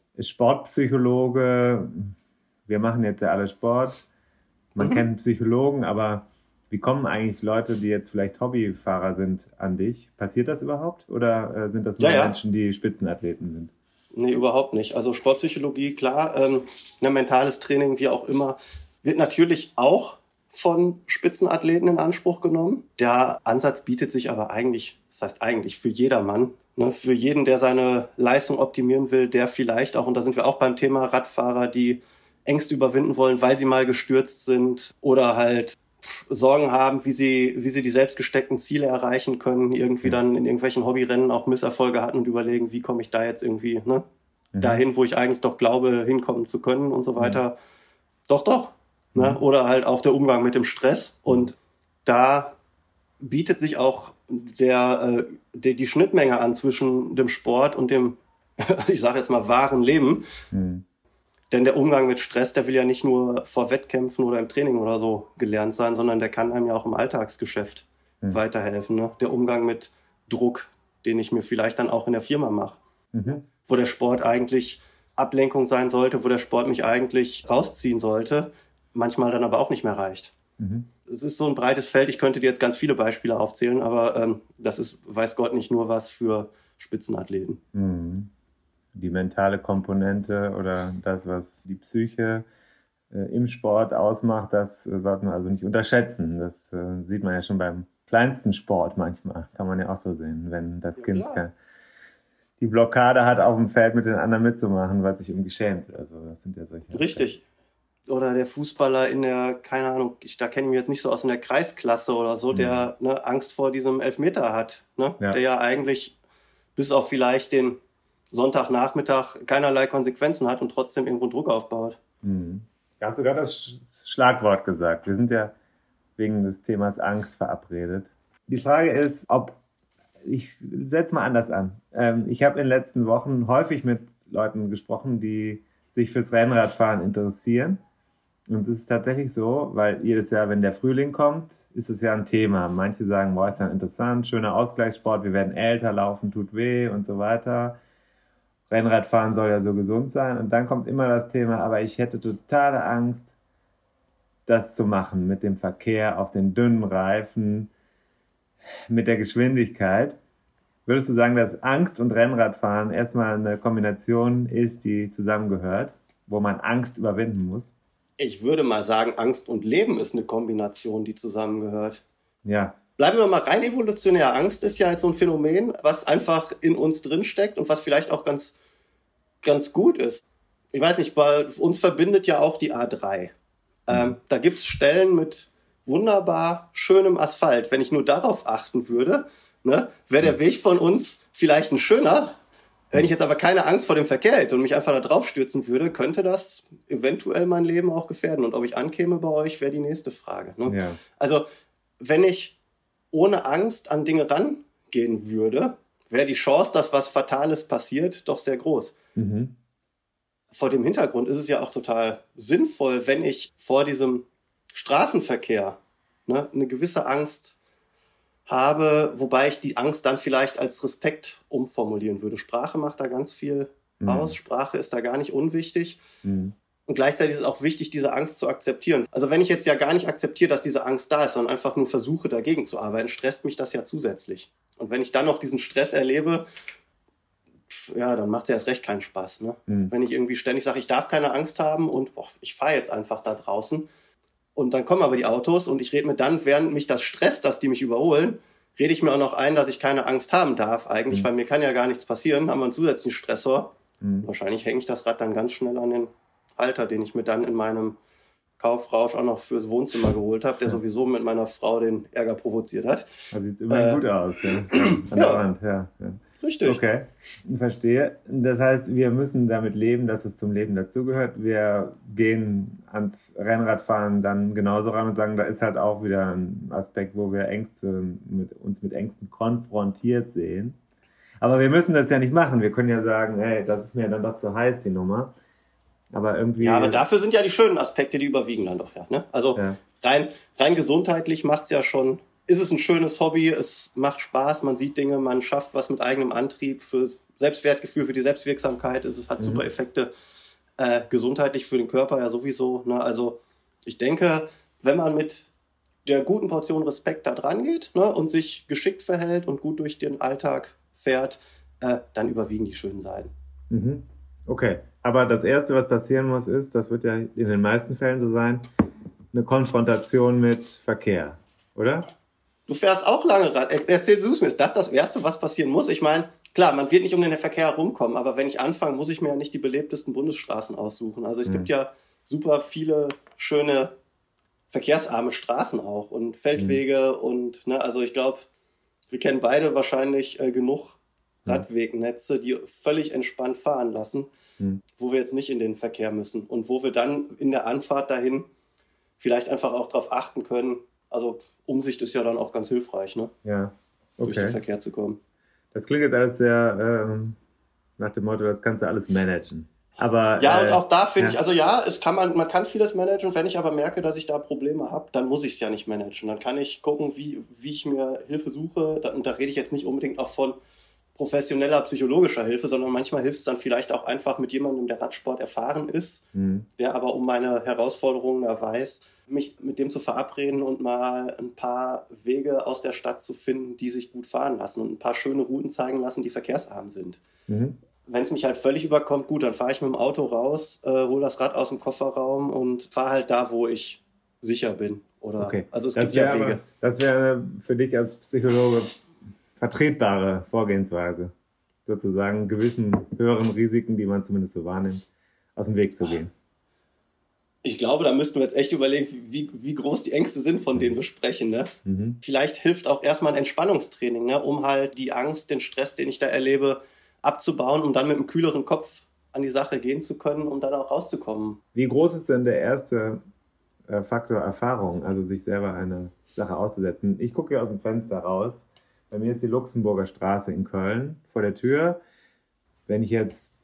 Sportpsychologe, wir machen jetzt ja alle Sport, man kennt Psychologen, aber wie kommen eigentlich Leute, die jetzt vielleicht Hobbyfahrer sind, an dich? Passiert das überhaupt oder sind das nur Menschen, die Spitzenathleten sind? Nee, überhaupt nicht. Also Sportpsychologie, klar, mentales Training, wie auch immer, wird natürlich auch von Spitzenathleten in Anspruch genommen. Der Ansatz bietet sich aber eigentlich, das heißt eigentlich für jedermann, ne, für jeden, der seine Leistung optimieren will, der vielleicht auch, und da sind wir auch beim Thema Radfahrer, die Ängste überwinden wollen, weil sie mal gestürzt sind oder halt Sorgen haben, wie sie die selbst gesteckten Ziele erreichen können, irgendwie dann in irgendwelchen Hobbyrennen auch Misserfolge hatten und überlegen, wie komme ich da jetzt irgendwie dahin, wo ich eigentlich doch glaube, hinkommen zu können und so weiter. Doch. Ne? Oder halt auch der Umgang mit dem Stress. Und da bietet sich auch die Schnittmenge an zwischen dem Sport und dem, ich sage jetzt mal, wahren Leben. Denn der Umgang mit Stress, der will ja nicht nur vor Wettkämpfen oder im Training oder so gelernt sein, sondern der kann einem ja auch im Alltagsgeschäft weiterhelfen. Ne? Der Umgang mit Druck, den ich mir vielleicht dann auch in der Firma mache. Wo der Sport eigentlich Ablenkung sein sollte, wo der Sport mich eigentlich rausziehen sollte, manchmal dann aber auch nicht mehr reicht. Es ist so ein breites Feld, ich könnte dir jetzt ganz viele Beispiele aufzählen, aber das ist, weiß Gott, nicht nur was für Spitzenathleten. Die mentale Komponente oder das, was die Psyche im Sport ausmacht, das sollte man also nicht unterschätzen. Das sieht man ja schon beim kleinsten Sport manchmal, kann man ja auch so sehen, wenn das Kind die Blockade hat, auf dem Feld mit den anderen mitzumachen, weil sich irgendwie schämt. Also das sind ja solche Richtig. Oder der Fußballer in der, keine Ahnung, da kenne ich mich jetzt nicht so aus, in der Kreisklasse oder so, der Angst vor diesem Elfmeter hat, der ja eigentlich bis auf vielleicht den Sonntagnachmittag keinerlei Konsequenzen hat und trotzdem irgendwo Druck aufbaut. Du hast sogar das Schlagwort gesagt. Wir sind ja wegen des Themas Angst verabredet. Die Frage ist, ich setze mal anders an. Ich habe in den letzten Wochen häufig mit Leuten gesprochen, die sich fürs Rennradfahren interessieren Und es ist tatsächlich so, weil jedes Jahr, wenn der Frühling kommt, ist es ja ein Thema. Manche sagen, boah, ist ja interessant, schöner Ausgleichssport, wir werden älter, laufen tut weh und so weiter. Rennradfahren soll ja so gesund sein. Und dann kommt immer das Thema, aber ich hätte totale Angst, das zu machen mit dem Verkehr auf den dünnen Reifen, mit der Geschwindigkeit. Würdest du sagen, dass Angst und Rennradfahren erstmal eine Kombination ist, die zusammengehört, wo man Angst überwinden muss? Ich würde mal sagen, Angst und Leben ist eine Kombination, die zusammengehört. Ja. Bleiben wir mal rein evolutionär. Angst ist ja jetzt so ein Phänomen, was einfach in uns drinsteckt und was vielleicht auch ganz, ganz gut ist. Ich weiß nicht, bei uns verbindet ja auch die A3. Da gibt es Stellen mit wunderbar schönem Asphalt. Wenn ich nur darauf achten würde, ne, wäre der Weg von uns vielleicht ein schöner. Wenn ich jetzt aber keine Angst vor dem Verkehr hätte und mich einfach da drauf stürzen würde, könnte das eventuell mein Leben auch gefährden. Und ob ich ankäme bei euch, wäre die nächste Frage. Ne? Ja. Also, wenn ich ohne Angst an Dinge rangehen würde, wäre die Chance, dass was Fatales passiert, doch sehr groß. Mhm. Vor dem Hintergrund ist es ja auch total sinnvoll, wenn ich vor diesem Straßenverkehr eine gewisse Angst habe, wobei ich die Angst dann vielleicht als Respekt umformulieren würde. Sprache macht da ganz viel aus. Sprache ist da gar nicht unwichtig. Und gleichzeitig ist es auch wichtig, diese Angst zu akzeptieren. Also wenn ich jetzt ja gar nicht akzeptiere, dass diese Angst da ist, sondern einfach nur versuche, dagegen zu arbeiten, stresst mich das ja zusätzlich. Und wenn ich dann noch diesen Stress erlebe, ja, dann macht es ja erst recht keinen Spaß. Ne? Wenn ich irgendwie ständig sage, ich darf keine Angst haben und ich fahre jetzt einfach da draußen und dann kommen aber die Autos und ich rede mir dann, während mich das stresst, dass die mich überholen, rede ich mir auch noch ein, dass ich keine Angst haben darf eigentlich, weil mir kann ja gar nichts passieren, haben wir einen zusätzlichen Stressor. Wahrscheinlich hänge ich das Rad dann ganz schnell an den Halter, den ich mir dann in meinem Kaufrausch auch noch fürs Wohnzimmer geholt habe, der sowieso mit meiner Frau den Ärger provoziert hat. Das sieht immerhin gut aus. Ja. An der Wand, ja. Richtig. Okay, verstehe. Das heißt, wir müssen damit leben, dass es zum Leben dazugehört. Wir gehen ans Rennradfahren dann genauso ran und sagen, da ist halt auch wieder ein Aspekt, wo wir uns mit Ängsten konfrontiert sehen. Aber wir müssen das ja nicht machen. Wir können ja sagen, hey, das ist mir dann doch zu heiß, die Nummer. Aber irgendwie. Ja, aber dafür sind ja die schönen Aspekte, die überwiegen dann doch ja. Ne? Also rein gesundheitlich macht es ja schon. Ist es ein schönes Hobby, es macht Spaß, man sieht Dinge, man schafft was mit eigenem Antrieb, für Selbstwertgefühl, für die Selbstwirksamkeit, es hat super Effekte, gesundheitlich für den Körper ja sowieso. Ne? Also ich denke, wenn man mit der guten Portion Respekt da dran geht, ne, und sich geschickt verhält und gut durch den Alltag fährt, dann überwiegen die schönen Seiten. Okay, aber das Erste, was passieren muss, ist, das wird ja in den meisten Fällen so sein, eine Konfrontation mit Verkehr, oder? Du fährst auch lange Rad. Erzähl du es mir. Ist das Erste, was passieren muss? Ich meine, klar, man wird nicht um den Verkehr herumkommen, aber wenn ich anfange, muss ich mir ja nicht die belebtesten Bundesstraßen aussuchen. Also es gibt ja super viele schöne verkehrsarme Straßen auch und Feldwege und, ne, also ich glaube, wir kennen beide wahrscheinlich genug Radwegnetze, die völlig entspannt fahren lassen, wo wir jetzt nicht in den Verkehr müssen und wo wir dann in der Anfahrt dahin vielleicht einfach auch darauf achten können. Also Umsicht ist ja dann auch ganz hilfreich, ne? Ja, okay. Durch den Verkehr zu kommen. Das klingt jetzt alles sehr nach dem Motto, das kannst du alles managen. Aber, ja, und auch da finde ich, also ja, man kann vieles managen. Wenn ich aber merke, dass ich da Probleme habe, dann muss ich es ja nicht managen. Dann kann ich gucken, wie ich mir Hilfe suche. Und da rede ich jetzt nicht unbedingt auch von professioneller psychologischer Hilfe, sondern manchmal hilft es dann vielleicht auch einfach mit jemandem, der Radsport erfahren ist, der aber um meine Herausforderungen da weiß, mich mit dem zu verabreden und mal ein paar Wege aus der Stadt zu finden, die sich gut fahren lassen und ein paar schöne Routen zeigen lassen, die verkehrsarm sind. Wenn es mich halt völlig überkommt, gut, dann fahre ich mit dem Auto raus, hole das Rad aus dem Kofferraum und fahre halt da, wo ich sicher bin. Oder, okay. Also es gibt ja Wege. Aber, das wäre für dich als Psychologe vertretbare Vorgehensweise, sozusagen gewissen höheren Risiken, die man zumindest so wahrnimmt, aus dem Weg zu gehen. Ich glaube, da müssten wir jetzt echt überlegen, wie groß die Ängste sind, von denen wir sprechen. Ne? Vielleicht hilft auch erstmal ein Entspannungstraining, ne? Um halt die Angst, den Stress, den ich da erlebe, abzubauen, um dann mit einem kühleren Kopf an die Sache gehen zu können, um dann auch rauszukommen. Wie groß ist denn der erste Faktor Erfahrung, also sich selber eine Sache auszusetzen? Ich gucke hier aus dem Fenster raus. Bei mir ist die Luxemburger Straße in Köln vor der Tür. Wenn ich jetzt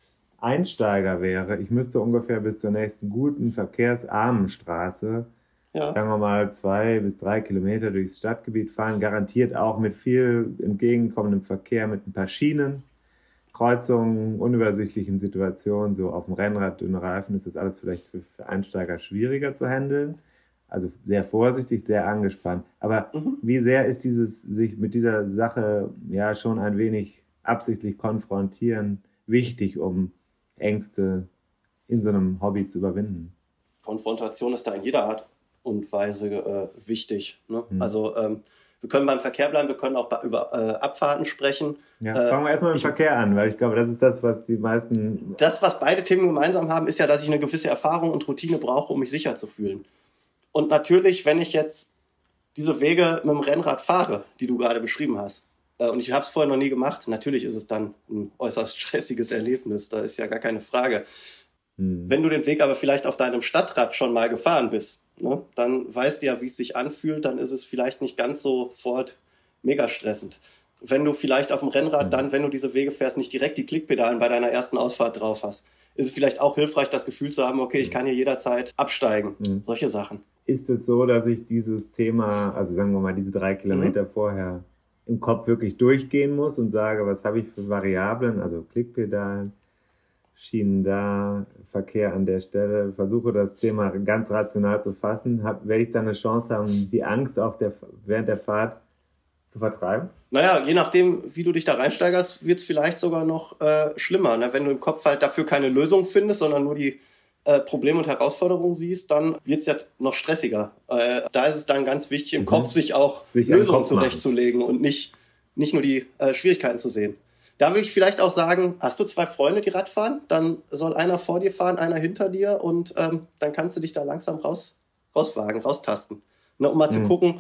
Einsteiger wäre, ich müsste ungefähr bis zur nächsten guten verkehrsarmen Straße, sagen wir mal 2 bis 3 Kilometer durchs Stadtgebiet fahren, garantiert auch mit viel entgegenkommendem Verkehr, mit ein paar Schienen, Kreuzungen, unübersichtlichen Situationen, so auf dem Rennrad, dünne Reifen, ist das alles vielleicht für Einsteiger schwieriger zu handeln. Also sehr vorsichtig, sehr angespannt. Aber wie sehr ist dieses sich mit dieser Sache ja schon ein wenig absichtlich konfrontieren wichtig, um Ängste in so einem Hobby zu überwinden? Konfrontation ist da in jeder Art und Weise wichtig. Ne? Also wir können beim Verkehr bleiben, wir können auch über Abfahrten sprechen. Ja, fangen wir erstmal mit dem Verkehr an, weil ich glaube, das ist das, was die meisten... Das, was beide Themen gemeinsam haben, ist ja, dass ich eine gewisse Erfahrung und Routine brauche, um mich sicher zu fühlen. Und natürlich, wenn ich jetzt diese Wege mit dem Rennrad fahre, die du gerade beschrieben hast, und ich habe es vorher noch nie gemacht, natürlich ist es dann ein äußerst stressiges Erlebnis, da ist ja gar keine Frage. Wenn du den Weg aber vielleicht auf deinem Stadtrad schon mal gefahren bist, ne, dann weißt du ja, wie es sich anfühlt, dann ist es vielleicht nicht ganz sofort mega stressend. Wenn du vielleicht auf dem Rennrad dann, wenn du diese Wege fährst, nicht direkt die Klickpedalen bei deiner ersten Ausfahrt drauf hast, ist es vielleicht auch hilfreich, das Gefühl zu haben, okay, ich kann hier jederzeit absteigen. Solche Sachen. Ist es so, dass ich dieses Thema, also sagen wir mal diese 3 Kilometer vorher, im Kopf wirklich durchgehen muss und sage, was habe ich für Variablen, also Klickpedalen, Schienen da, Verkehr an der Stelle, versuche das Thema ganz rational zu fassen, werde ich dann eine Chance haben, die Angst während der Fahrt zu vertreiben? Naja, je nachdem, wie du dich da reinsteigerst, wird es vielleicht sogar noch schlimmer. Ne? Wenn du im Kopf halt dafür keine Lösung findest, sondern nur die Probleme und Herausforderungen siehst, dann wird es ja noch stressiger. Da ist es dann ganz wichtig, im Kopf sich auch Lösungen zurechtzulegen und nicht nur die Schwierigkeiten zu sehen. Da würde ich vielleicht auch sagen, hast du 2 Freunde, die Rad fahren, dann soll einer vor dir fahren, einer hinter dir und dann kannst du dich da langsam rauswagen, raustasten. Ne, um mal zu gucken,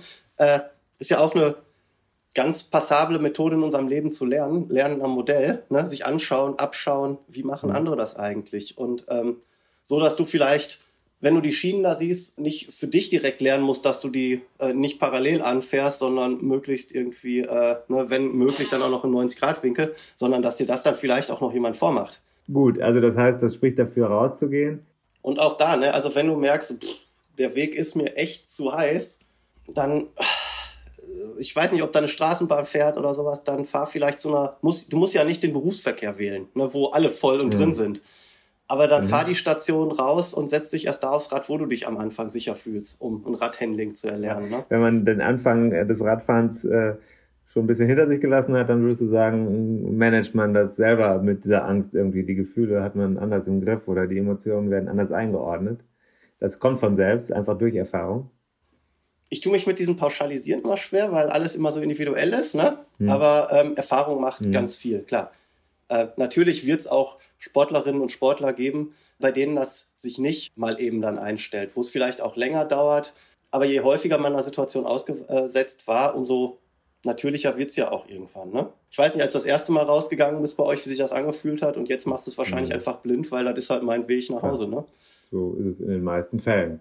ist ja auch eine ganz passable Methode in unserem Leben zu lernen am Modell, ne? Sich anschauen, abschauen, wie machen andere das eigentlich und so, dass du vielleicht, wenn du die Schienen da siehst, nicht für dich direkt lernen musst, dass du die nicht parallel anfährst, sondern möglichst irgendwie, wenn möglich, dann auch noch im 90-Grad-Winkel, sondern dass dir das dann vielleicht auch noch jemand vormacht. Gut, also das heißt, das spricht dafür, rauszugehen. Und auch da, ne, also wenn du merkst, der Weg ist mir echt zu heiß, dann, ich weiß nicht, ob da eine Straßenbahn fährt oder sowas, dann fahr vielleicht du musst ja nicht den Berufsverkehr wählen, ne, wo alle voll und drin sind. Aber dann fahr die Station raus und setz dich erst da aufs Rad, wo du dich am Anfang sicher fühlst, um ein Radhandling zu erlernen. Ne? Wenn man den Anfang des Radfahrens schon ein bisschen hinter sich gelassen hat, dann würdest du sagen, managt man das selber mit dieser Angst irgendwie. Die Gefühle hat man anders im Griff oder die Emotionen werden anders eingeordnet. Das kommt von selbst, einfach durch Erfahrung. Ich tue mich mit diesem Pauschalisieren immer schwer, weil alles immer so individuell ist. Ne? Aber Erfahrung macht ganz viel, klar. Natürlich wird es auch Sportlerinnen und Sportler geben, bei denen das sich nicht mal eben dann einstellt, wo es vielleicht auch länger dauert. Aber je häufiger man einer Situation ausgesetzt war, umso natürlicher wird es ja auch irgendwann. Ne? Ich weiß nicht, als du das erste Mal rausgegangen bist bei euch, wie sich das angefühlt hat und jetzt machst du es wahrscheinlich einfach blind, weil das ist halt mein Weg nach Hause. Ne? So ist es in den meisten Fällen.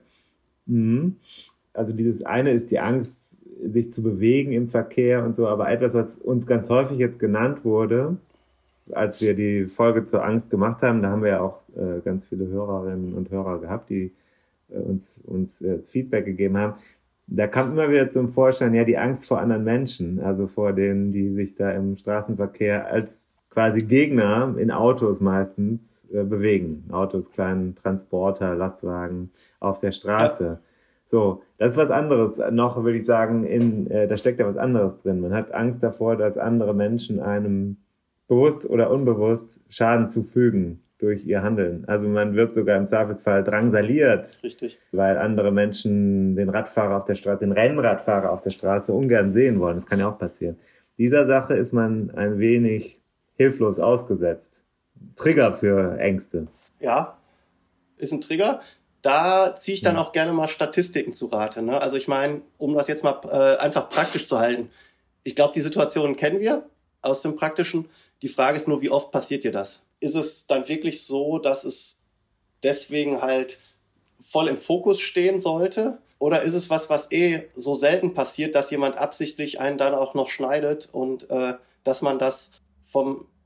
Also dieses eine ist die Angst, sich zu bewegen im Verkehr und so, aber etwas, was uns ganz häufig jetzt genannt wurde, als wir die Folge zur Angst gemacht haben, da haben wir ja auch ganz viele Hörerinnen und Hörer gehabt, die uns Feedback gegeben haben. Da kam immer wieder zum Vorschein, ja, die Angst vor anderen Menschen, also vor denen, die sich da im Straßenverkehr als quasi Gegner in Autos meistens bewegen. Autos, kleinen Transporter, Lastwagen auf der Straße. Ja. So, das ist was anderes. Noch würde ich sagen, da steckt ja was anderes drin. Man hat Angst davor, dass andere Menschen einem bewusst oder unbewusst Schaden zufügen durch ihr Handeln. Also man wird sogar im Zweifelsfall drangsaliert, richtig, weil andere Menschen den Rennradfahrer auf der Straße ungern sehen wollen. Das kann ja auch passieren. Dieser Sache ist man ein wenig hilflos ausgesetzt. Trigger für Ängste. Ja, ist ein Trigger. Da ziehe ich dann auch gerne mal Statistiken zu Rate. Ne? Also ich meine, um das jetzt mal einfach praktisch zu halten. Ich glaube, die Situationen kennen wir aus dem Praktischen. Die Frage ist nur, wie oft passiert dir das? Ist es dann wirklich so, dass es deswegen halt voll im Fokus stehen sollte? Oder ist es was so selten passiert, dass jemand absichtlich einen dann auch noch schneidet und dass man das vom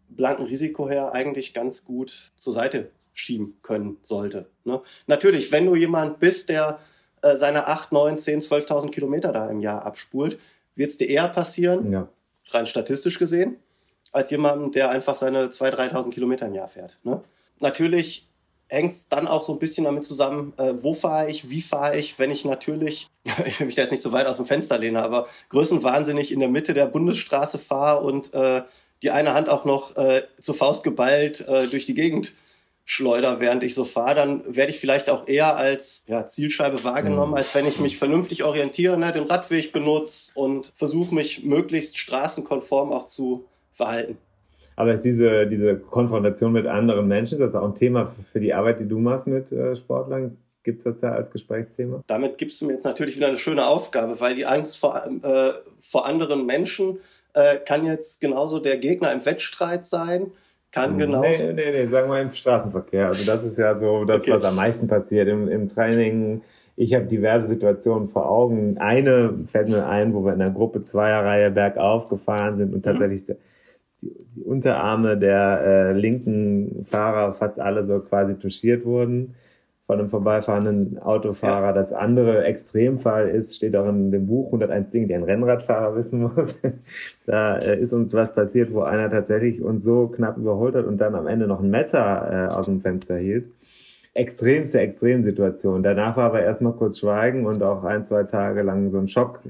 blanken Risiko her eigentlich ganz gut zur Seite schieben können sollte. Ne? Natürlich, wenn du jemand bist, der seine 8, 9, 10, 12.000 Kilometer da im Jahr abspult, wird es dir eher passieren, rein statistisch gesehen, als jemandem, der einfach seine 2.000, 3.000 Kilometer im Jahr fährt. Ne? Natürlich hängt es dann auch so ein bisschen damit zusammen, wo fahre ich, wie fahre ich, wenn ich natürlich, ich will mich da jetzt nicht so weit aus dem Fenster lehne, aber größenwahnsinnig in der Mitte der Bundesstraße fahre und die eine Hand auch noch zur Faust geballt durch die Gegend schleuder, während ich so fahre, dann werde ich vielleicht auch eher als Zielscheibe wahrgenommen, als wenn ich mich vernünftig orientiere, ne, den Radweg benutze und versuche, mich möglichst straßenkonform auch zu verhalten. Aber ist diese Konfrontation mit anderen Menschen, ist das auch ein Thema für die Arbeit, die du machst mit Sportlern? Gibt es das da als Gesprächsthema? Damit gibst du mir jetzt natürlich wieder eine schöne Aufgabe, weil die Angst vor anderen Menschen kann jetzt genauso der Gegner im Wettstreit sein, kann genauso... Nee, sagen wir im Straßenverkehr. Also das ist ja so das, was am meisten passiert im Training. Ich habe diverse Situationen vor Augen. Eine fällt mir ein, wo wir in einer Gruppe Zweierreihe bergauf gefahren sind und tatsächlich die Unterarme der linken Fahrer fast alle so quasi touchiert wurden von einem vorbeifahrenden Autofahrer. Das andere Extremfall ist, steht auch in dem Buch 101 Dinge, die ein Rennradfahrer wissen muss. Da ist uns was passiert, wo einer tatsächlich uns so knapp überholt hat und dann am Ende noch ein Messer aus dem Fenster hielt. Extremste Extremsituation. Danach war aber erstmal kurz Schweigen und auch 1-2 Tage lang so ein Schock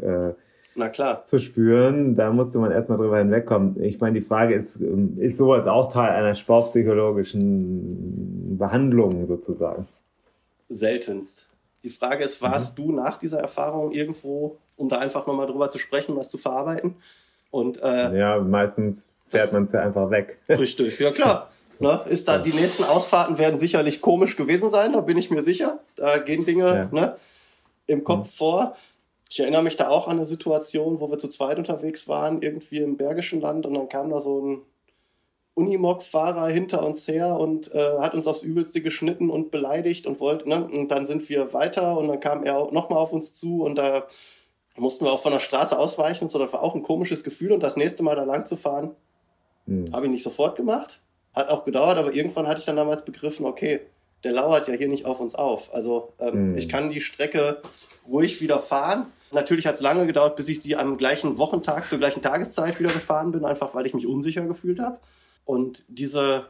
zu spüren. Da musste man erstmal drüber hinwegkommen. Ich meine, die Frage ist sowas auch Teil einer sportpsychologischen Behandlung sozusagen? Seltenst. Die Frage ist, warst du nach dieser Erfahrung irgendwo, um da einfach nochmal drüber zu sprechen, was zu verarbeiten? Und, meistens fährt man es ja einfach weg. Richtig, ja klar. Ne, die nächsten Ausfahrten werden sicherlich komisch gewesen sein, da bin ich mir sicher. Da gehen Dinge im Kopf vor. Ich erinnere mich da auch an eine Situation, wo wir zu zweit unterwegs waren, irgendwie im Bergischen Land, und dann kam da so ein Unimog-Fahrer hinter uns her und hat uns aufs Übelste geschnitten und beleidigt und wollte, ne? Und dann sind wir weiter und dann kam er nochmal auf uns zu und da mussten wir auch von der Straße ausweichen und so. Das war auch ein komisches Gefühl, und das nächste Mal da lang zu fahren, habe ich nicht sofort gemacht. Hat auch gedauert, aber irgendwann hatte ich dann damals begriffen, okay, der lauert ja hier nicht auf uns auf. Also ich kann die Strecke ruhig wieder fahren. Natürlich hat es lange gedauert, bis ich sie am gleichen Wochentag, zur gleichen Tageszeit wieder gefahren bin, einfach weil ich mich unsicher gefühlt habe. Und diese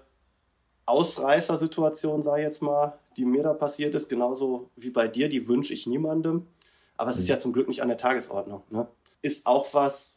Ausreißersituation, sage ich jetzt mal, die mir da passiert ist, genauso wie bei dir, die wünsche ich niemandem. Aber es ist ja zum Glück nicht an der Tagesordnung. Ne? Ist auch was,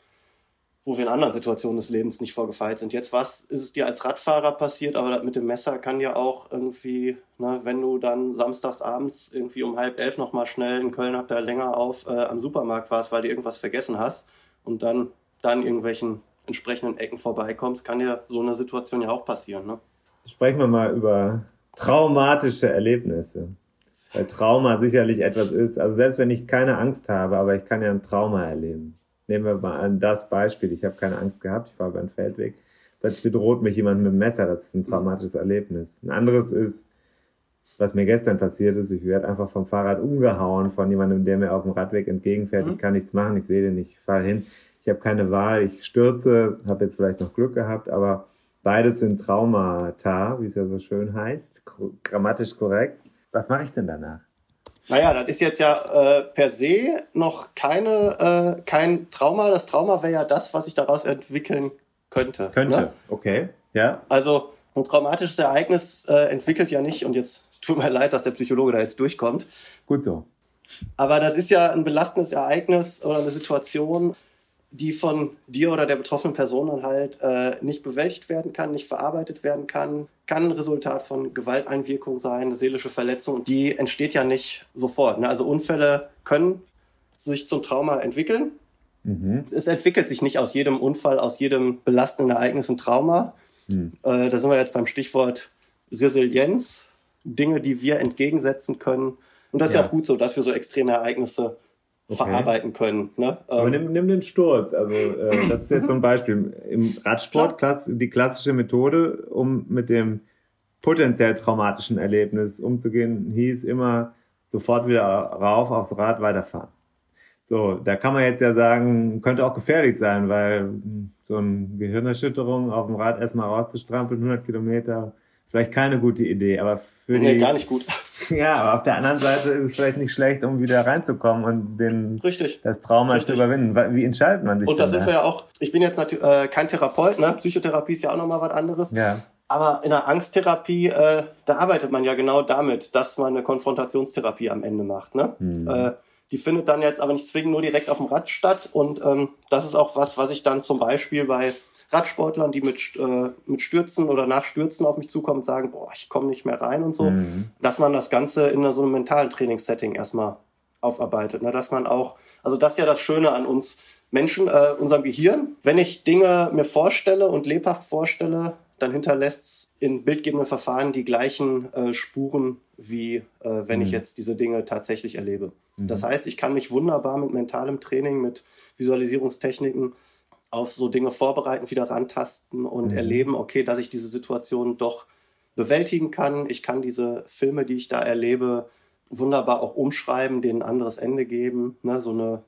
wo wir in anderen Situationen des Lebens nicht vorgefeilt sind. Jetzt ist es dir als Radfahrer passiert, aber das mit dem Messer kann ja auch irgendwie, ne, wenn du dann samstags abends irgendwie um 10:30 nochmal schnell in Köln, habt ihr länger auf am Supermarkt warst, weil du irgendwas vergessen hast und dann irgendwelchen entsprechenden Ecken vorbeikommst, kann dir so eine Situation ja auch passieren. Ne? Sprechen wir mal über traumatische Erlebnisse. Weil Trauma sicherlich etwas ist, also selbst wenn ich keine Angst habe, aber ich kann ja ein Trauma erleben. Nehmen wir mal an das Beispiel, ich habe keine Angst gehabt, ich fahre über einen Feldweg, plötzlich bedroht mich jemand mit dem Messer, das ist ein traumatisches Erlebnis. Ein anderes ist, was mir gestern passiert ist, ich werde einfach vom Fahrrad umgehauen von jemandem, der mir auf dem Radweg entgegenfährt, ich kann nichts machen, ich sehe den nicht, ich fahre hin, ich habe keine Wahl, ich stürze, habe jetzt vielleicht noch Glück gehabt, aber beides sind Traumata, wie es ja so schön heißt, grammatisch korrekt. Was mache ich denn danach? Naja, das ist jetzt ja per se noch kein Trauma. Das Trauma wäre ja das, was sich daraus entwickeln könnte. Ne? Okay, ja. Also ein traumatisches Ereignis entwickelt ja nicht, und jetzt tut mir leid, dass der Psychologe da jetzt durchkommt. Gut so. Aber das ist ja ein belastendes Ereignis oder eine Situation, die von dir oder der betroffenen Person dann halt nicht bewältigt werden kann, nicht verarbeitet werden kann. Kann ein Resultat von Gewalteinwirkung sein, eine seelische Verletzung. Die entsteht ja nicht sofort. Ne? Also Unfälle können sich zum Trauma entwickeln. Es entwickelt sich nicht aus jedem Unfall, aus jedem belastenden Ereignis ein Trauma. Da sind wir jetzt beim Stichwort Resilienz. Dinge, die wir entgegensetzen können. Und das ist ja auch gut so, dass wir so extreme Ereignisse verarbeiten können. Ne? Aber nimm den Sturz. Also das ist jetzt so ein Beispiel. Im Radsport die klassische Methode, um mit dem potenziell traumatischen Erlebnis umzugehen, hieß immer sofort wieder rauf aufs Rad weiterfahren. So, da kann man jetzt ja sagen, könnte auch gefährlich sein, weil so eine Gehirnerschütterung auf dem Rad erstmal rauszustrampeln, 100 Kilometer, vielleicht keine gute Idee, aber Nee, gar nicht gut. Ja, aber auf der anderen Seite ist es vielleicht nicht schlecht, um wieder reinzukommen und das Trauma zu überwinden. Wie entscheidet man sich Und da sind wir ja auch, ich bin jetzt natürlich kein Therapeut, ne? Psychotherapie ist ja auch nochmal was anderes. Ja. Aber in der Angsttherapie, da arbeitet man ja genau damit, dass man eine Konfrontationstherapie am Ende macht. Ne? Die findet dann jetzt aber nicht zwingend nur direkt auf dem Rad statt. Und das ist auch was ich dann zum Beispiel bei Radsportlern, die mit Stürzen oder nach Stürzen auf mich zukommen und sagen, boah, ich komme nicht mehr rein und so, dass man das Ganze in so einem mentalen Trainingssetting erstmal aufarbeitet. Ne? Dass man auch, also das ist ja das Schöne an uns Menschen, unserem Gehirn. Wenn ich Dinge mir vorstelle und lebhaft vorstelle, dann hinterlässt es in bildgebenden Verfahren die gleichen Spuren, wie wenn ich jetzt diese Dinge tatsächlich erlebe. Das heißt, ich kann mich wunderbar mit mentalem Training, mit Visualisierungstechniken auf so Dinge vorbereiten, wieder rantasten und erleben, okay, dass ich diese Situation doch bewältigen kann. Ich kann diese Filme, die ich da erlebe, wunderbar auch umschreiben, denen ein anderes Ende geben, ne? So eine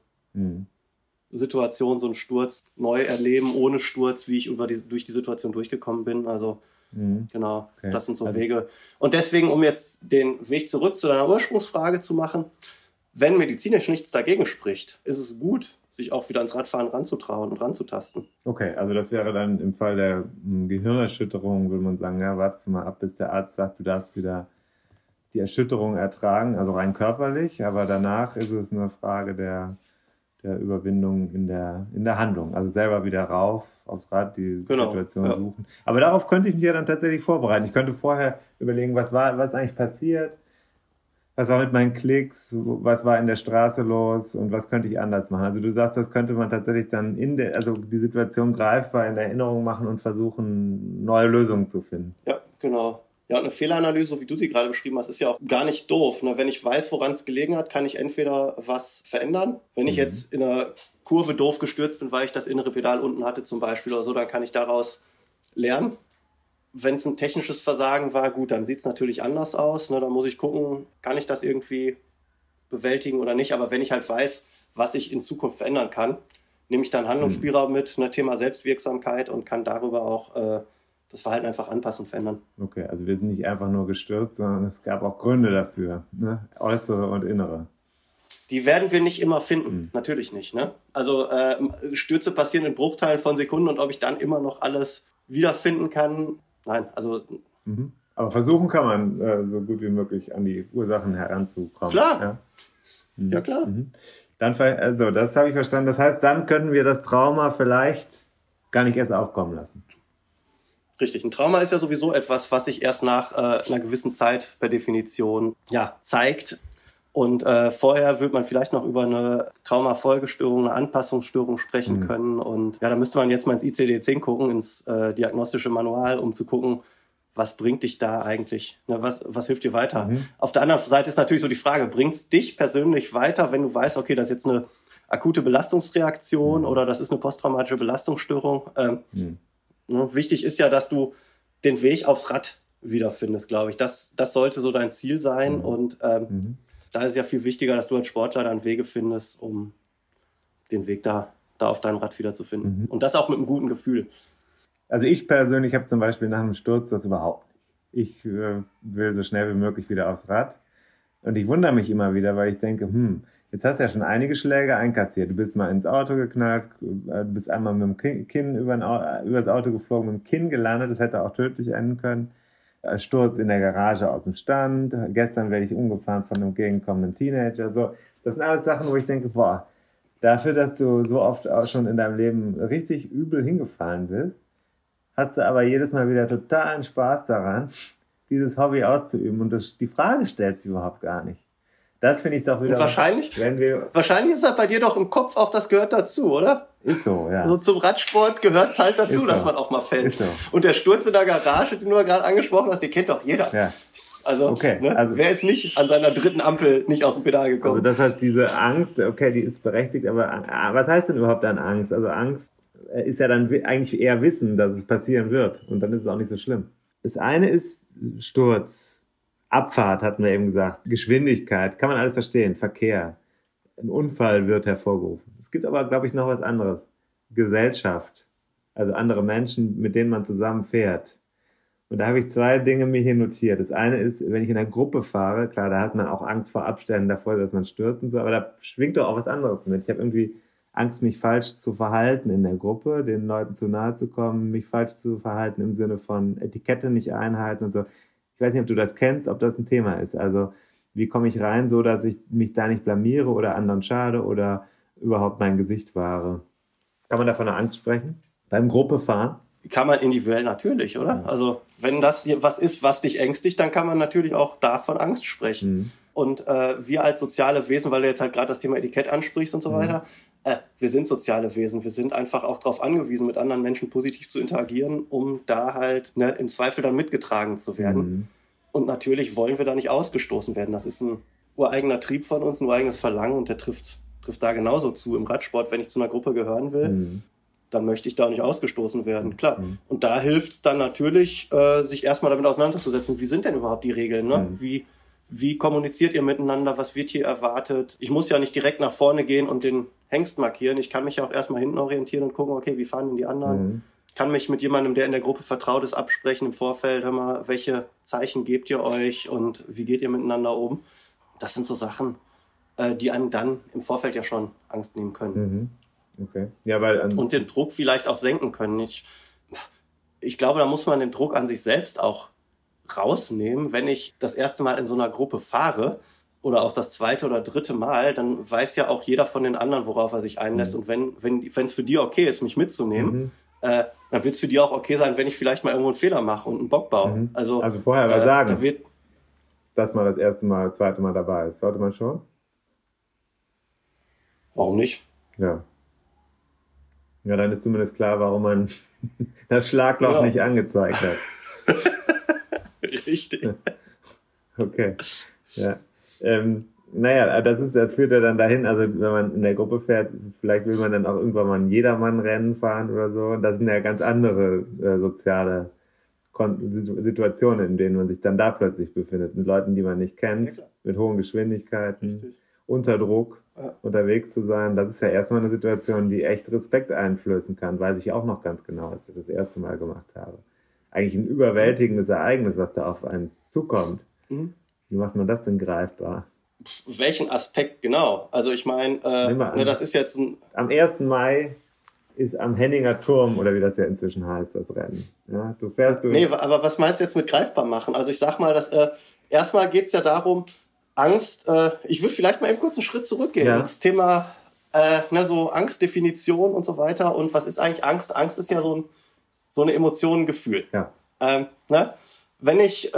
Situation, so einen Sturz neu erleben, ohne Sturz, wie ich durch die Situation durchgekommen bin. Also genau, okay. Das sind so Wege. Und deswegen, um jetzt den Weg zurück zu deiner Ursprungsfrage zu machen, wenn medizinisch nichts dagegen spricht, ist es gut, sich auch wieder ans Radfahren ranzutrauen und ranzutasten. Okay, also das wäre dann im Fall der Gehirnerschütterung, würde man sagen, ja, warte mal ab, bis der Arzt sagt, du darfst wieder die Erschütterung ertragen, also rein körperlich, aber danach ist es eine Frage der Überwindung in der Handlung, also selber wieder rauf aufs Rad, die Situation suchen. Aber darauf könnte ich mich ja dann tatsächlich vorbereiten. Ich könnte vorher überlegen, was eigentlich passiert, was war mit meinen Klicks, was war in der Straße los und was könnte ich anders machen. Also du sagst, das könnte man tatsächlich dann also die Situation greifbar in der Erinnerung machen und versuchen, neue Lösungen zu finden. Ja, genau. Ja, und eine Fehleranalyse, wie du sie gerade beschrieben hast, ist ja auch gar nicht doof. Ne? Wenn ich weiß, woran es gelegen hat, kann ich entweder was verändern. Wenn ich jetzt in einer Kurve doof gestürzt bin, weil ich das innere Pedal unten hatte zum Beispiel oder so, dann kann ich daraus lernen. Wenn es ein technisches Versagen war, gut, dann sieht es natürlich anders aus. Ne? Dann muss ich gucken, kann ich das irgendwie bewältigen oder nicht. Aber wenn ich halt weiß, was ich in Zukunft verändern kann, nehme ich dann Handlungsspielraum mit, ne? Thema Selbstwirksamkeit und kann darüber auch das Verhalten einfach anpassen und verändern. Okay, also wir sind nicht einfach nur gestürzt, sondern es gab auch Gründe dafür, ne? Äußere und innere. Die werden wir nicht immer finden, natürlich nicht. Ne? Also Stürze passieren in Bruchteilen von Sekunden und ob ich dann immer noch alles wiederfinden kann, nein, also... Aber versuchen kann man, so gut wie möglich an die Ursachen heranzukommen. Klar, ja klar. Dann, also das habe ich verstanden. Das heißt, dann können wir das Trauma vielleicht gar nicht erst aufkommen lassen. Richtig, ein Trauma ist ja sowieso etwas, was sich erst nach einer gewissen Zeit per Definition zeigt. Und vorher würde man vielleicht noch über eine Traumafolgestörung, eine Anpassungsstörung sprechen können. Und ja, da müsste man jetzt mal ins ICD-10 gucken, ins diagnostische Manual, um zu gucken, was bringt dich da eigentlich? Ne, was hilft dir weiter? Auf der anderen Seite ist natürlich so die Frage, bringt es dich persönlich weiter, wenn du weißt, okay, das ist jetzt eine akute Belastungsreaktion oder das ist eine posttraumatische Belastungsstörung? Wichtig ist ja, dass du den Weg aufs Rad wiederfindest, glaube ich. Das sollte so dein Ziel sein. Und da ist es ja viel wichtiger, dass du als Sportler dann Wege findest, um den Weg da auf deinem Rad wiederzufinden. Und das auch mit einem guten Gefühl. Also ich persönlich habe zum Beispiel nach einem Sturz das überhaupt nicht. Ich will so schnell wie möglich wieder aufs Rad. Und ich wundere mich immer wieder, weil ich denke, jetzt hast du ja schon einige Schläge einkassiert. Du bist mal ins Auto geknallt, du bist einmal mit dem Kinn übers Auto geflogen, mit dem Kinn gelandet. Das hätte auch tödlich enden können. Sturz in der Garage aus dem Stand. Gestern werde ich umgefahren von einem entgegenkommenden Teenager. So, das sind alles Sachen, wo ich denke, boah, dafür, dass du so oft auch schon in deinem Leben richtig übel hingefallen bist, hast du aber jedes Mal wieder totalen Spaß daran, dieses Hobby auszuüben. Und die Frage stellt sich überhaupt gar nicht. Das finde ich doch wieder... Und wahrscheinlich ist das bei dir doch im Kopf auch, das gehört dazu, oder? Ist so, ja. So zum Radsport gehört es halt dazu, dass man auch mal fällt. Ist so. Und der Sturz in der Garage, den du ja gerade angesprochen hast, den kennt doch jeder. Ja. Also, okay, also wer ist nicht an seiner dritten Ampel nicht aus dem Pedal gekommen? Also das heißt, diese Angst, okay, die ist berechtigt, aber was heißt denn überhaupt dann Angst? Also Angst ist ja dann eigentlich eher Wissen, dass es passieren wird. Und dann ist es auch nicht so schlimm. Das eine ist Sturz. Abfahrt hatten wir eben gesagt, Geschwindigkeit, kann man alles verstehen, Verkehr. ein Unfall wird hervorgerufen. Es gibt aber, glaube ich, noch was anderes. Gesellschaft, also andere Menschen, mit denen man zusammen fährt. Und da habe ich 2 Dinge mir hier notiert. Das eine ist, wenn ich in einer Gruppe fahre, klar, da hat man auch Angst vor Abständen davor, dass man stürzt und so, aber da schwingt doch auch was anderes mit. Ich habe irgendwie Angst, mich falsch zu verhalten in der Gruppe, den Leuten zu nahe zu kommen, mich falsch zu verhalten im Sinne von Etikette nicht einhalten und so. Ich weiß nicht, ob du das kennst, ob das ein Thema ist. Also wie komme ich rein, so dass ich mich da nicht blamiere oder anderen schade oder überhaupt mein Gesicht wahre? Kann man da von einer Angst sprechen? Beim Gruppefahren? Kann man individuell natürlich, oder? Also wenn das was ist, was dich ängstigt, dann kann man natürlich auch da von Angst sprechen. Und wir als soziale Wesen, weil du jetzt halt gerade das Thema Etikett ansprichst und so weiter, wir sind soziale Wesen. Wir sind einfach auch darauf angewiesen, mit anderen Menschen positiv zu interagieren, um da halt im Zweifel dann mitgetragen zu werden. Und natürlich wollen wir da nicht ausgestoßen werden. Das ist ein ureigener Trieb von uns, ein ureigenes Verlangen und der trifft da genauso zu. Im Radsport, wenn ich zu einer Gruppe gehören will, dann möchte ich da nicht ausgestoßen werden, klar. Und da hilft es dann natürlich, sich erstmal damit auseinanderzusetzen, wie sind denn überhaupt die Regeln, ne? Wie kommuniziert ihr miteinander, was wird hier erwartet? Ich muss ja nicht direkt nach vorne gehen und den Hengst markieren, ich kann mich ja auch erstmal hinten orientieren und gucken, okay, wie fahren denn die anderen? Ich kann mich mit jemandem, der in der Gruppe vertraut ist, absprechen im Vorfeld, hör mal, welche Zeichen gebt ihr euch und wie geht ihr miteinander um? Das sind so Sachen, die einem dann im Vorfeld ja schon Angst nehmen können. Okay. Ja, und den Druck vielleicht auch senken können. Ich glaube, da muss man den Druck an sich selbst auch rausnehmen. Wenn ich das erste Mal in so einer Gruppe fahre oder auch das 2. oder 3. Mal, dann weiß ja auch jeder von den anderen, worauf er sich einlässt. Und wenn es für die okay ist, mich mitzunehmen, dann wird es für die auch okay sein, wenn ich vielleicht mal irgendwo einen Fehler mache und einen Bock baue. Also vorher mal sagen, dass man das erste Mal, 2. Mal dabei ist. Sollte man schon? Warum nicht? Ja. Ja, dann ist zumindest klar, warum man das Schlagloch nicht angezeigt hat. Richtig. Okay. Ja. Das führt ja dann dahin, also wenn man in der Gruppe fährt, vielleicht will man dann auch irgendwann mal ein Jedermann-Rennen fahren oder so. Und das sind ja ganz andere soziale Situationen, in denen man sich dann da plötzlich befindet. Mit Leuten, die man nicht kennt, mit hohen Geschwindigkeiten, unter Druck unterwegs zu sein. Das ist ja erstmal eine Situation, die echt Respekt einflößen kann. Weiß ich auch noch ganz genau, als ich das erste Mal gemacht habe. Eigentlich ein überwältigendes Ereignis, was da auf einen zukommt. Wie macht man das denn greifbar? Welchen Aspekt genau? Also ich meine, das ist jetzt am 1. Mai ist am Henninger Turm, oder wie das ja inzwischen heißt, das Rennen. Ja, du fährst durch. Nee, aber was meinst du jetzt mit greifbar machen? Also ich sag mal, erstmal geht es ja darum, Angst, ich würde vielleicht mal eben kurz einen Schritt zurückgehen. Ja. Das Thema so Angstdefinition und so weiter. Und was ist eigentlich Angst? Angst ist ja so eine Emotion, ein Gefühl. Ja. Wenn ich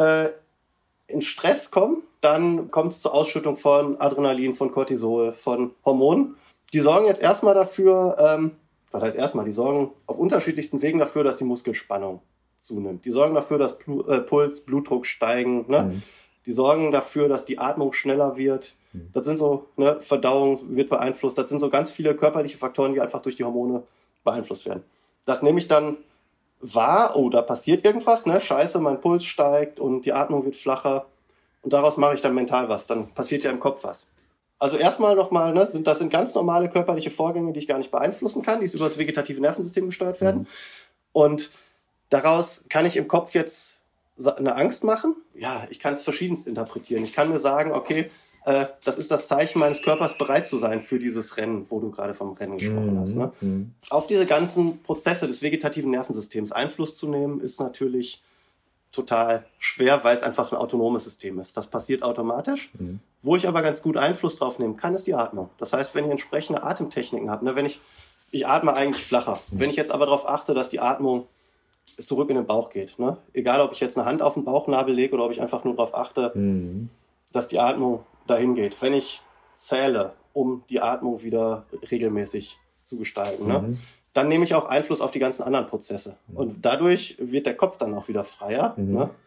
in Stress komme, dann kommt es zur Ausschüttung von Adrenalin, von Cortisol, von Hormonen. Die sorgen jetzt erstmal dafür, die sorgen auf unterschiedlichsten Wegen dafür, dass die Muskelspannung zunimmt. Die sorgen dafür, dass Puls, Blutdruck steigen. Die sorgen dafür, dass die Atmung schneller wird. Das sind so, Verdauung wird beeinflusst. Das sind so ganz viele körperliche Faktoren, die einfach durch die Hormone beeinflusst werden. Das nehme ich dann wahr, da passiert irgendwas, scheiße, mein Puls steigt und die Atmung wird flacher. Und daraus mache ich dann mental was. Dann passiert ja im Kopf was. Also erstmal nochmal, das sind ganz normale körperliche Vorgänge, die ich gar nicht beeinflussen kann, die über das vegetative Nervensystem gesteuert werden. Und daraus kann ich im Kopf jetzt eine Angst machen? Ja, ich kann es verschiedenst interpretieren. Ich kann mir sagen, okay, das ist das Zeichen meines Körpers, bereit zu sein für dieses Rennen, wo du gerade vom Rennen gesprochen hast. Auf diese ganzen Prozesse des vegetativen Nervensystems Einfluss zu nehmen, ist natürlich total schwer, weil es einfach ein autonomes System ist. Das passiert automatisch. Wo ich aber ganz gut Einfluss drauf nehmen kann, ist die Atmung. Das heißt, wenn ich entsprechende Atemtechniken habe, ich atme eigentlich flacher. Wenn ich jetzt aber darauf achte, dass die Atmung zurück in den Bauch geht. Egal, ob ich jetzt eine Hand auf den Bauchnabel lege oder ob ich einfach nur darauf achte, dass die Atmung dahin geht. Wenn ich zähle, um die Atmung wieder regelmäßig zu gestalten, dann nehme ich auch Einfluss auf die ganzen anderen Prozesse. Und dadurch wird der Kopf dann auch wieder freier.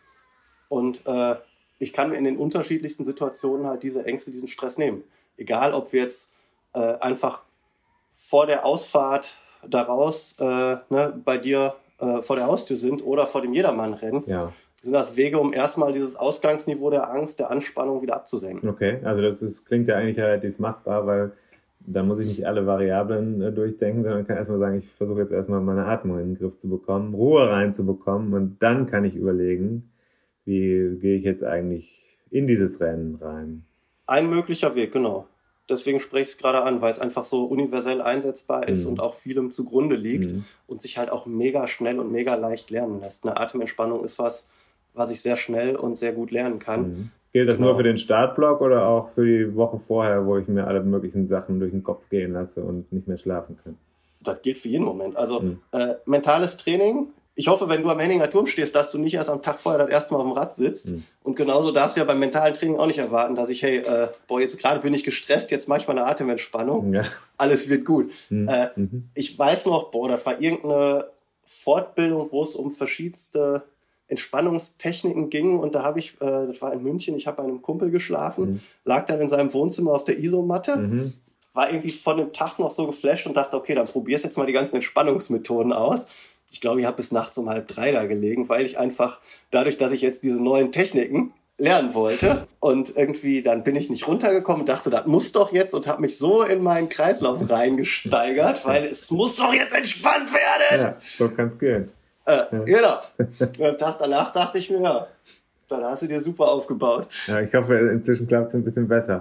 Und ich kann mir in den unterschiedlichsten Situationen halt diese Ängste, diesen Stress nehmen. Egal, ob wir jetzt einfach vor der Ausfahrt daraus bei dir vor der Haustür sind oder vor dem Jedermann-Rennen. Ja. sind das Wege, um erstmal dieses Ausgangsniveau der Angst, der Anspannung wieder abzusenken. Okay, also klingt ja eigentlich relativ machbar, weil da muss ich nicht alle Variablen durchdenken, sondern kann erstmal sagen, ich versuche jetzt erstmal meine Atmung in den Griff zu bekommen, Ruhe reinzubekommen und dann kann ich überlegen, wie gehe ich jetzt eigentlich in dieses Rennen rein. Ein möglicher Weg, genau. Deswegen spreche ich es gerade an, weil es einfach so universell einsetzbar ist und auch vielem zugrunde liegt und sich halt auch mega schnell und mega leicht lernen lässt. Eine Atementspannung ist was ich sehr schnell und sehr gut lernen kann. Gilt das nur für den Startblock oder auch für die Woche vorher, wo ich mir alle möglichen Sachen durch den Kopf gehen lasse und nicht mehr schlafen kann? Das gilt für jeden Moment. Also mentales Training. Ich hoffe, wenn du am Henninger Turm stehst, dass du nicht erst am Tag vorher das erste Mal auf dem Rad sitzt. Und genauso darfst du ja beim mentalen Training auch nicht erwarten, dass ich, jetzt gerade bin ich gestresst, jetzt mache ich mal eine Atementspannung. Ja. Alles wird gut. Ich weiß noch, das war irgendeine Fortbildung, wo es um verschiedenste Entspannungstechniken ging. Und da habe ich, das war in München, ich habe bei einem Kumpel geschlafen, lag dann in seinem Wohnzimmer auf der Isomatte, war irgendwie von dem Tag noch so geflasht und dachte, okay, dann probier's jetzt mal die ganzen Entspannungsmethoden aus. Ich glaube, ich habe bis nachts um 2:30 da gelegen, weil ich einfach, dadurch, dass ich jetzt diese neuen Techniken lernen wollte und irgendwie, dann bin ich nicht runtergekommen und dachte, das muss doch jetzt und habe mich so in meinen Kreislauf reingesteigert, weil es muss doch jetzt entspannt werden. Ja, so kann es gehen. Genau. Und am Tag danach dachte ich mir, ja, dann hast du dir super aufgebaut. Ja, ich hoffe, inzwischen klappt es ein bisschen besser.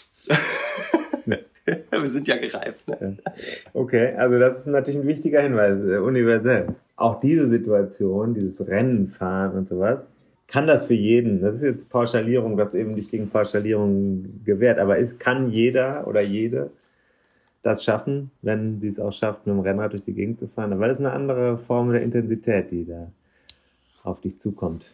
Wir sind ja gereift. Ne? Okay, also das ist natürlich ein wichtiger Hinweis, universell. Auch diese Situation, dieses Rennenfahren und sowas, kann das für jeden, das ist jetzt Pauschalierung, was eben nicht gegen Pauschalierung gewährt, aber kann jeder oder jede das schaffen, wenn sie es auch schafft, mit dem Rennrad durch die Gegend zu fahren? Weil das ist eine andere Form der Intensität, die da auf dich zukommt.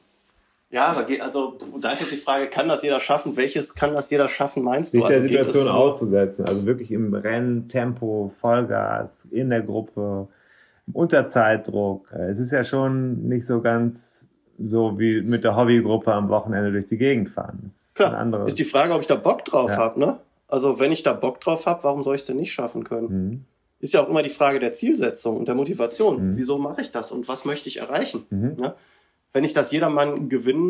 Ja, aber da ist jetzt die Frage, kann das jeder schaffen? Welches kann das jeder schaffen, meinst du? Sich der Situation auszusetzen, also wirklich im Rennen, Tempo, Vollgas, in der Gruppe, unter Zeitdruck. Es ist ja schon nicht so ganz so wie mit der Hobbygruppe am Wochenende durch die Gegend fahren. Klar, ist die Frage, ob ich da Bock drauf habe, ne? Also wenn ich da Bock drauf habe, warum soll ich es denn nicht schaffen können? Ist ja auch immer die Frage der Zielsetzung und der Motivation. Wieso mache ich das und was möchte ich erreichen? Ne? Wenn ich das Jedermann-Rennen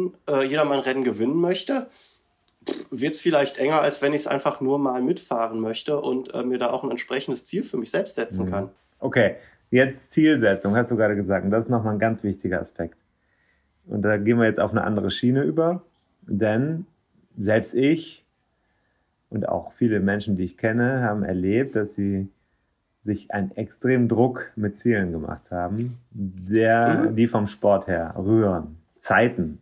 gewinnen möchte, wird es vielleicht enger, als wenn ich es einfach nur mal mitfahren möchte und mir da auch ein entsprechendes Ziel für mich selbst setzen kann. Okay, jetzt Zielsetzung, hast du gerade gesagt. Und das ist nochmal ein ganz wichtiger Aspekt. Und da gehen wir jetzt auf eine andere Schiene über. Denn selbst ich und auch viele Menschen, die ich kenne, haben erlebt, dass sie sich einen extremen Druck mit Zielen gemacht haben, die vom Sport her rühren. Zeiten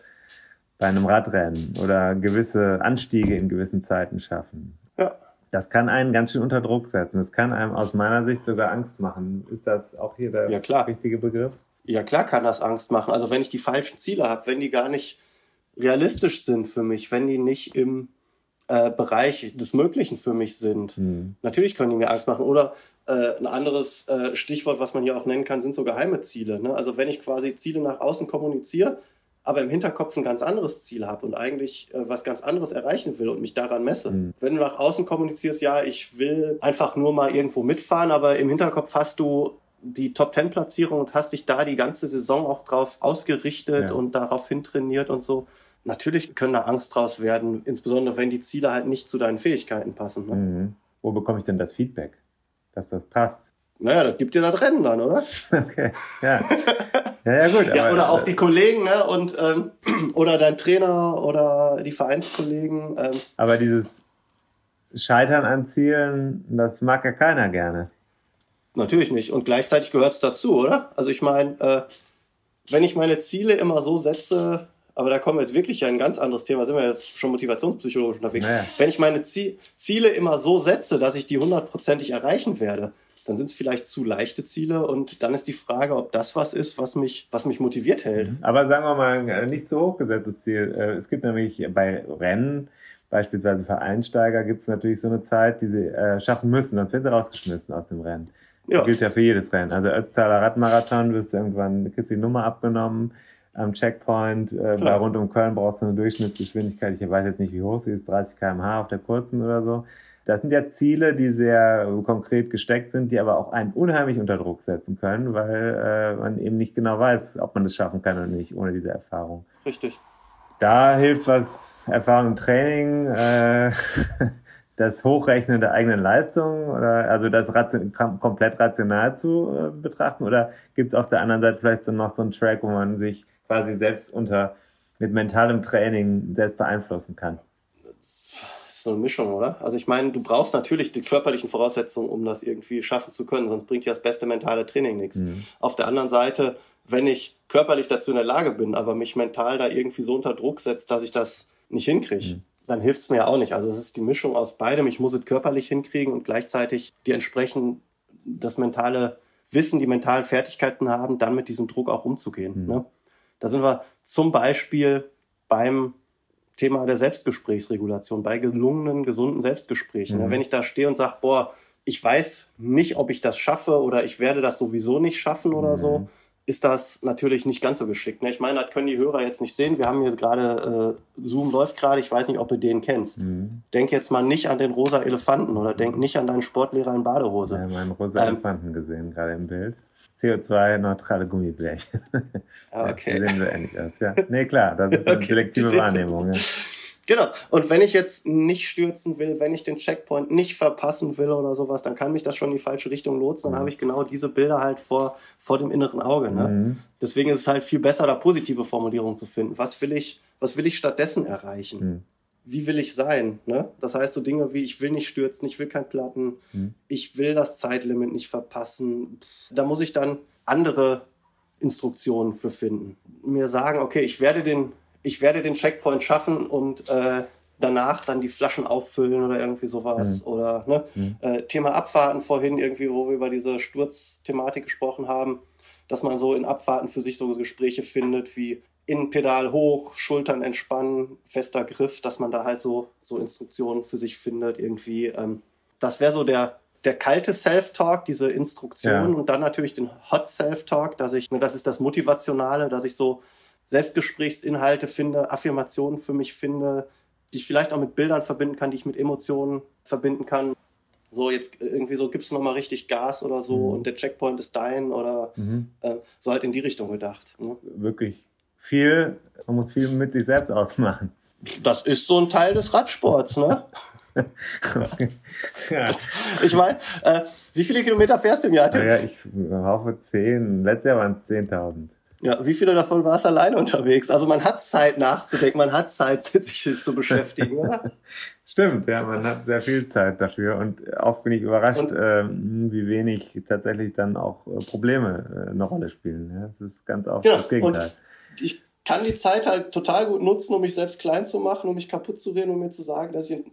bei einem Radrennen oder gewisse Anstiege in gewissen Zeiten schaffen. Ja. Das kann einen ganz schön unter Druck setzen. Das kann einem aus meiner Sicht sogar Angst machen. Ist das auch hier der richtige Begriff? Ja, klar kann das Angst machen. Also wenn ich die falschen Ziele habe, wenn die gar nicht realistisch sind für mich, wenn die nicht im Bereich des Möglichen für mich sind. Natürlich können die mir Angst machen. Oder ein anderes Stichwort, was man hier auch nennen kann, sind so geheime Ziele. Ne? Also wenn ich quasi Ziele nach außen kommuniziere, aber im Hinterkopf ein ganz anderes Ziel habe und eigentlich was ganz anderes erreichen will und mich daran messe. Wenn du nach außen kommunizierst, ja, ich will einfach nur mal irgendwo mitfahren, aber im Hinterkopf hast du die Top-10-Platzierung und hast dich da die ganze Saison auch drauf ausgerichtet und darauf hintrainiert und so. Natürlich können da Angst draus werden, insbesondere wenn die Ziele halt nicht zu deinen Fähigkeiten passen. Ne? Wo bekomme ich denn das Feedback, dass das passt? Naja, das gibt dir das Rennen dann, oder? Okay, ja. Ja, gut. Ja, oder auch die Kollegen, ne? Und, oder dein Trainer oder die Vereinskollegen. Aber dieses Scheitern an Zielen, das mag ja keiner gerne. Natürlich nicht. Und gleichzeitig gehört es dazu, oder? Also ich meine, wenn ich meine Ziele immer so setze, aber da kommen wir jetzt wirklich in ein ganz anderes Thema, sind wir jetzt schon motivationspsychologisch unterwegs. Naja. Wenn ich meine Ziele immer so setze, dass ich die 100%ig erreichen werde, dann sind es vielleicht zu leichte Ziele und dann ist die Frage, ob das was ist, was mich motiviert hält. Aber sagen wir mal, nicht so hochgesetztes Ziel. Es gibt nämlich bei Rennen, beispielsweise für Einsteiger, gibt es natürlich so eine Zeit, die sie schaffen müssen, sonst werden sie rausgeschmissen aus dem Rennen. Das gilt ja für jedes Rennen. Also Ötztaler Radmarathon, kriegst du die Nummer abgenommen am Checkpoint. Bei rund um Köln brauchst du eine Durchschnittsgeschwindigkeit, ich weiß jetzt nicht, wie hoch sie ist, 30 km/h auf der kurzen oder so. Das sind ja Ziele, die sehr konkret gesteckt sind, die aber auch einen unheimlich unter Druck setzen können, weil man eben nicht genau weiß, ob man das schaffen kann oder nicht, ohne diese Erfahrung. Richtig. Da hilft was Erfahrung im Training, das Hochrechnen der eigenen Leistung, oder also das komplett rational zu betrachten, oder gibt es auf der anderen Seite vielleicht noch so einen Track, wo man sich quasi selbst mit mentalem Training selbst beeinflussen kann? Das ist so eine Mischung, oder? Also ich meine, du brauchst natürlich die körperlichen Voraussetzungen, um das irgendwie schaffen zu können, sonst bringt dir das beste mentale Training nichts. Auf der anderen Seite, wenn ich körperlich dazu in der Lage bin, aber mich mental da irgendwie so unter Druck setzt, dass ich das nicht hinkriege, dann hilft es mir ja auch nicht. Also es ist die Mischung aus beidem. Ich muss es körperlich hinkriegen und gleichzeitig die entsprechend das mentale Wissen, die mentalen Fertigkeiten haben, dann mit diesem Druck auch umzugehen. Ne? Da sind wir zum Beispiel beim Thema der Selbstgesprächsregulation, bei gelungenen, gesunden Selbstgesprächen. Ja, wenn ich da stehe und sage, boah, ich weiß nicht, ob ich das schaffe oder ich werde das sowieso nicht schaffen oder so, ist das natürlich nicht ganz so geschickt. Ne? Ich meine, das können die Hörer jetzt nicht sehen. Wir haben hier gerade, Zoom läuft gerade, ich weiß nicht, ob du den kennst. Denk jetzt mal nicht an den rosa Elefanten oder denk nicht an deinen Sportlehrer in Badehose. Wir haben einen rosa Elefanten gesehen, gerade im Bild. CO2-neutrale Gummibärchen. Okay. Die sehen so ähnlich aus, ja. Nee, klar, das ist eine selektive Wahrnehmung. Ja. Genau. Und wenn ich jetzt nicht stürzen will, wenn ich den Checkpoint nicht verpassen will oder sowas, dann kann mich das schon in die falsche Richtung lotsen. Dann habe ich genau diese Bilder halt vor dem inneren Auge. Ne? Deswegen ist es halt viel besser, da positive Formulierungen zu finden. Was will ich stattdessen erreichen? Wie will ich sein? Ne? Das heißt so Dinge wie, ich will nicht stürzen, ich will kein Platten, ich will das Zeitlimit nicht verpassen. Da muss ich dann andere Instruktionen für finden. Mir sagen, okay, ich werde den Checkpoint schaffen und danach dann die Flaschen auffüllen oder irgendwie sowas. Oder Thema Abfahrten vorhin irgendwie, wo wir über diese Sturzthematik gesprochen haben, dass man so in Abfahrten für sich so Gespräche findet wie Innenpedal hoch, Schultern entspannen, fester Griff, dass man da halt so Instruktionen für sich findet irgendwie. Das wäre so der kalte Self-Talk, diese Instruktion und dann natürlich den Hot Self-Talk, das ist das Motivationale, dass ich so Selbstgesprächsinhalte finde, Affirmationen für mich finde, die ich vielleicht auch mit Bildern verbinden kann, die ich mit Emotionen verbinden kann. So, jetzt irgendwie so gibst du nochmal richtig Gas oder so und der Checkpoint ist dein oder so halt in die Richtung gedacht. Ne? Wirklich man muss viel mit sich selbst ausmachen. Das ist so ein Teil des Radsports, ne? Okay. Ja. Ich meine, wie viele Kilometer fährst du im Jahr? Ja, ich hoffe 10. Letztes Jahr waren es 10.000. Ja, wie viele davon warst du alleine unterwegs? Also man hat Zeit nachzudenken, man hat Zeit, sich zu beschäftigen, oder? Stimmt, ja, man hat sehr viel Zeit dafür und oft bin ich überrascht, wie wenig tatsächlich dann auch Probleme eine Rolle spielen. Ja, das ist ganz oft das Gegenteil. Und ich kann die Zeit halt total gut nutzen, um mich selbst klein zu machen, um mich kaputt zu reden, um mir zu sagen, dass ich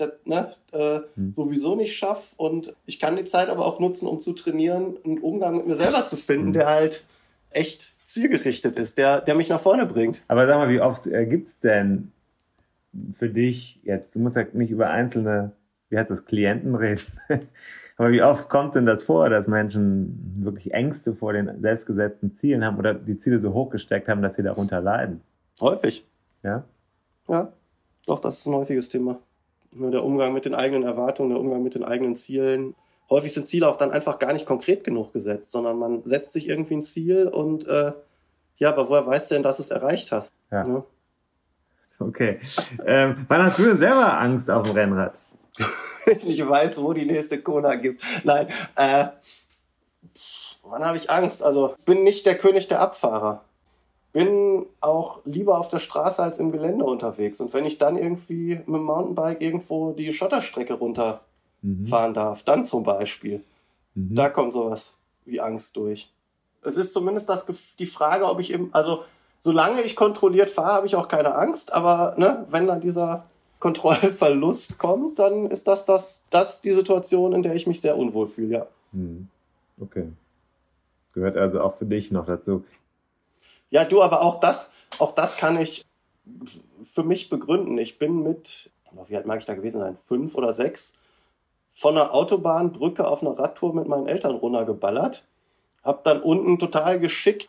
das sowieso nicht schaffe. Und ich kann die Zeit aber auch nutzen, um zu trainieren, einen Umgang mit mir selber zu finden, der halt echt zielgerichtet ist, der mich nach vorne bringt. Aber sag mal, wie oft gibt es denn für dich jetzt, du musst ja nicht über einzelne, Klienten reden, aber wie oft kommt denn das vor, dass Menschen wirklich Ängste vor den selbstgesetzten Zielen haben oder die Ziele so hoch gesteckt haben, dass sie darunter leiden? Häufig. Ja? Ja, doch, das ist ein häufiges Thema. Der Umgang mit den eigenen Erwartungen, der Umgang mit den eigenen Zielen. Häufig sind Ziele auch dann einfach gar nicht konkret genug gesetzt, sondern man setzt sich irgendwie ein Ziel und aber woher weißt du denn, dass du es erreicht hast? Ja. Ne? Okay. Wann hast du denn selber Angst auf dem Rennrad? Ich weiß, wo die nächste Kona gibt. Nein, wann habe ich Angst? Also, ich bin nicht der König der Abfahrer. Bin auch lieber auf der Straße als im Gelände unterwegs. Und wenn ich dann irgendwie mit dem Mountainbike irgendwo die Schotterstrecke runterfahren darf, dann zum Beispiel, da kommt sowas wie Angst durch. Es ist zumindest die Frage, ob ich solange ich kontrolliert fahre, habe ich auch keine Angst, aber wenn dann dieser Kontrollverlust kommt, dann ist das die Situation, in der ich mich sehr unwohl fühle, ja. Okay. Gehört also auch für dich noch dazu. Ja, du, aber auch das kann ich für mich begründen. Ich bin wie alt mag ich da gewesen sein, 5 oder 6, von einer Autobahnbrücke auf einer Radtour mit meinen Eltern runtergeballert, hab dann unten total geschickt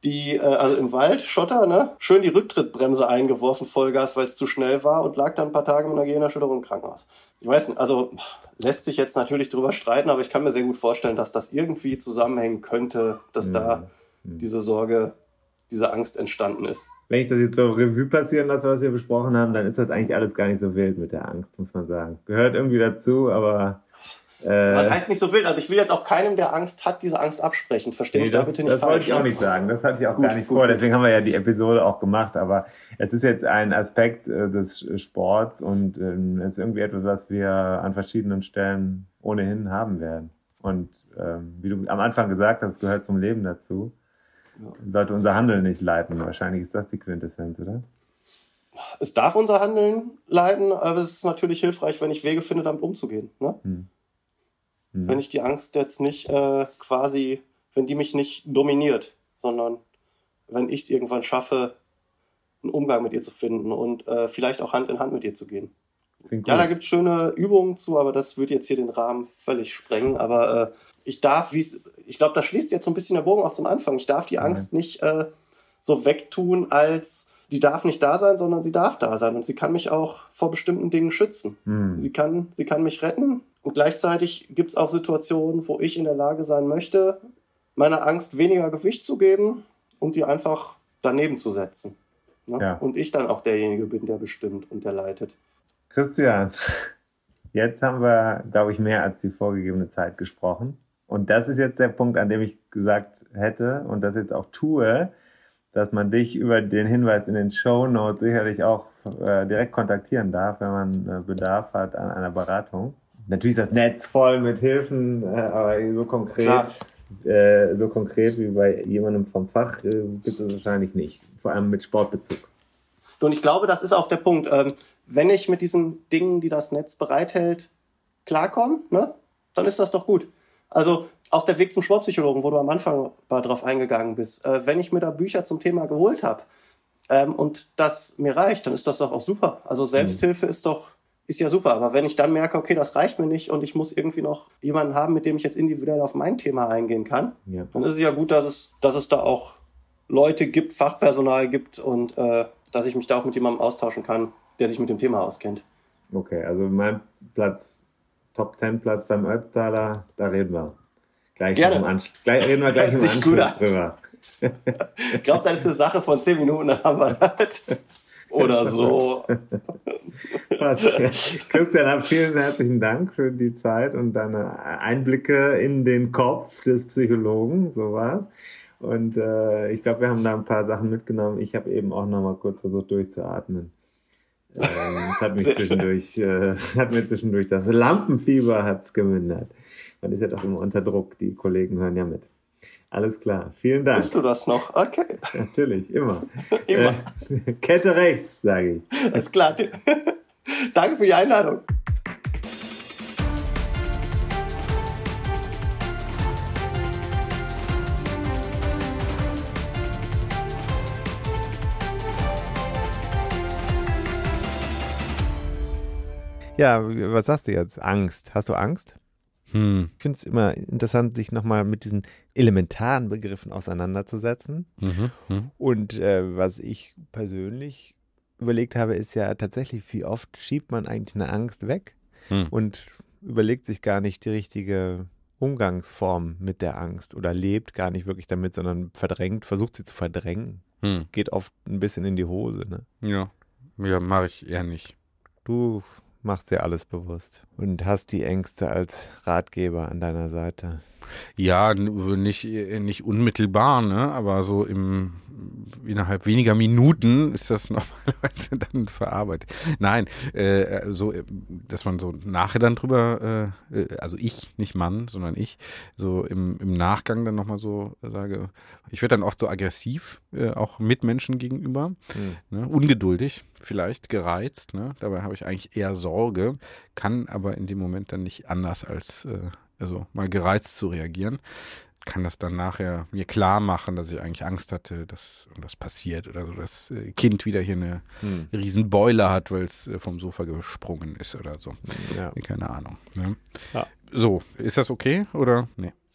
also im Wald, Schotter, ne? Schön die Rücktrittbremse eingeworfen, Vollgas, weil es zu schnell war und lag dann ein paar Tage mit einer Gehirnerschütterung im Krankenhaus. Ich weiß nicht, also lässt sich jetzt natürlich drüber streiten, aber ich kann mir sehr gut vorstellen, dass das irgendwie zusammenhängen könnte, dass da diese Sorge, diese Angst entstanden ist. Wenn ich das jetzt so Revue passieren lasse, was wir besprochen haben, dann ist das eigentlich alles gar nicht so wild mit der Angst, muss man sagen. Gehört irgendwie dazu, aber... Was heißt nicht so wild? Also ich will jetzt auch keinem, der Angst hat, diese Angst absprechen. Verstehe mich da bitte nicht falsch. Das wollte ich auch nicht sagen. Das hatte ich auch gar nicht vor. Deswegen haben wir ja die Episode auch gemacht. Aber es ist jetzt ein Aspekt des Sports und es ist irgendwie etwas, was wir an verschiedenen Stellen ohnehin haben werden. Und wie du am Anfang gesagt hast, gehört zum Leben dazu. Sollte unser Handeln nicht leiten. Wahrscheinlich ist das die Quintessenz, oder? Es darf unser Handeln leiten, aber es ist natürlich hilfreich, wenn ich Wege finde, damit umzugehen. Ne? Wenn ich die Angst jetzt nicht wenn die mich nicht dominiert, sondern wenn ich es irgendwann schaffe, einen Umgang mit ihr zu finden und vielleicht auch Hand in Hand mit ihr zu gehen. Ja, da gibt es schöne Übungen zu, aber das würde jetzt hier den Rahmen völlig sprengen. Aber ich glaube, da schließt jetzt so ein bisschen der Bogen auch zum Anfang. Ich darf die Angst nicht so wegtun, als die darf nicht da sein, sondern sie darf da sein. Und sie kann mich auch vor bestimmten Dingen schützen. Sie kann mich retten. Und gleichzeitig gibt es auch Situationen, wo ich in der Lage sein möchte, meiner Angst weniger Gewicht zu geben und die einfach daneben zu setzen. Ne? Ja. Und ich dann auch derjenige bin, der bestimmt und der leitet. Christian, jetzt haben wir, glaube ich, mehr als die vorgegebene Zeit gesprochen. Und das ist jetzt der Punkt, an dem ich gesagt hätte und das jetzt auch tue, dass man dich über den Hinweis in den Shownotes sicherlich auch direkt kontaktieren darf, wenn man Bedarf hat an einer Beratung. Natürlich ist das Netz voll mit Hilfen, aber so konkret wie bei jemandem vom Fach gibt es wahrscheinlich nicht. Vor allem mit Sportbezug. Und ich glaube, das ist auch der Punkt. Wenn ich mit diesen Dingen, die das Netz bereithält, klarkomme, ne, dann ist das doch gut. Also auch der Weg zum Sportpsychologen, wo du am Anfang mal drauf eingegangen bist. Wenn ich mir da Bücher zum Thema geholt habe und das mir reicht, dann ist das doch auch super. Also Selbsthilfe ist ja super. Aber wenn ich dann merke, okay, das reicht mir nicht und ich muss irgendwie noch jemanden haben, mit dem ich jetzt individuell auf mein Thema eingehen kann, dann ist es ja gut, dass es da auch Leute gibt, Fachpersonal gibt und dass ich mich da auch mit jemandem austauschen kann, der sich mit dem Thema auskennt. Okay, also mein Top-10-Platz beim Ötztaler, da reden wir. Reden wir gleich im Anschluss drüber. Ich glaube, das ist eine Sache von 10 Minuten, dann haben wir das. Oder so. Christian, vielen herzlichen Dank für die Zeit und deine Einblicke in den Kopf des Psychologen, so war's. Und ich glaube, wir haben da ein paar Sachen mitgenommen. Ich habe eben auch noch mal kurz versucht durchzuatmen. Hat mir zwischendurch das Lampenfieber hat's gemindert. Man ist ja doch immer unter Druck, die Kollegen hören ja mit. Alles klar, vielen Dank. Bist du das noch? Okay. Natürlich, immer. Immer. Kette rechts, sage ich. Ist klar. Danke für die Einladung. Ja, was sagst du jetzt? Angst. Hast du Angst? Ich finde es immer interessant, sich nochmal mit diesen elementaren Begriffen auseinanderzusetzen. Und was ich persönlich überlegt habe, ist ja tatsächlich, wie oft schiebt man eigentlich eine Angst weg und überlegt sich gar nicht die richtige Umgangsform mit der Angst oder lebt gar nicht wirklich damit, sondern versucht sie zu verdrängen. Geht oft ein bisschen in die Hose. Ne? Ja, mache ich eher nicht. Du machst dir alles bewusst und hast die Ängste als Ratgeber an deiner Seite. Ja, nicht unmittelbar, ne? Aber so innerhalb weniger Minuten ist das normalerweise dann verarbeitet. Nein, so, dass man so nachher dann drüber, also ich, nicht Mann, sondern ich, so im Nachgang dann nochmal so sage, ich werde dann oft so aggressiv, auch Mitmenschen gegenüber, ne? Ungeduldig, vielleicht gereizt, ne? Dabei habe ich eigentlich eher Sorge, kann aber in dem Moment dann nicht anders als also mal gereizt zu reagieren, kann das dann nachher mir klar machen, dass ich eigentlich Angst hatte, dass das passiert oder so, das Kind wieder hier eine riesen Beule hat, weil es vom Sofa gesprungen ist oder so. Ja. Keine Ahnung. Ne? Ja. So, ist das okay oder? Nee.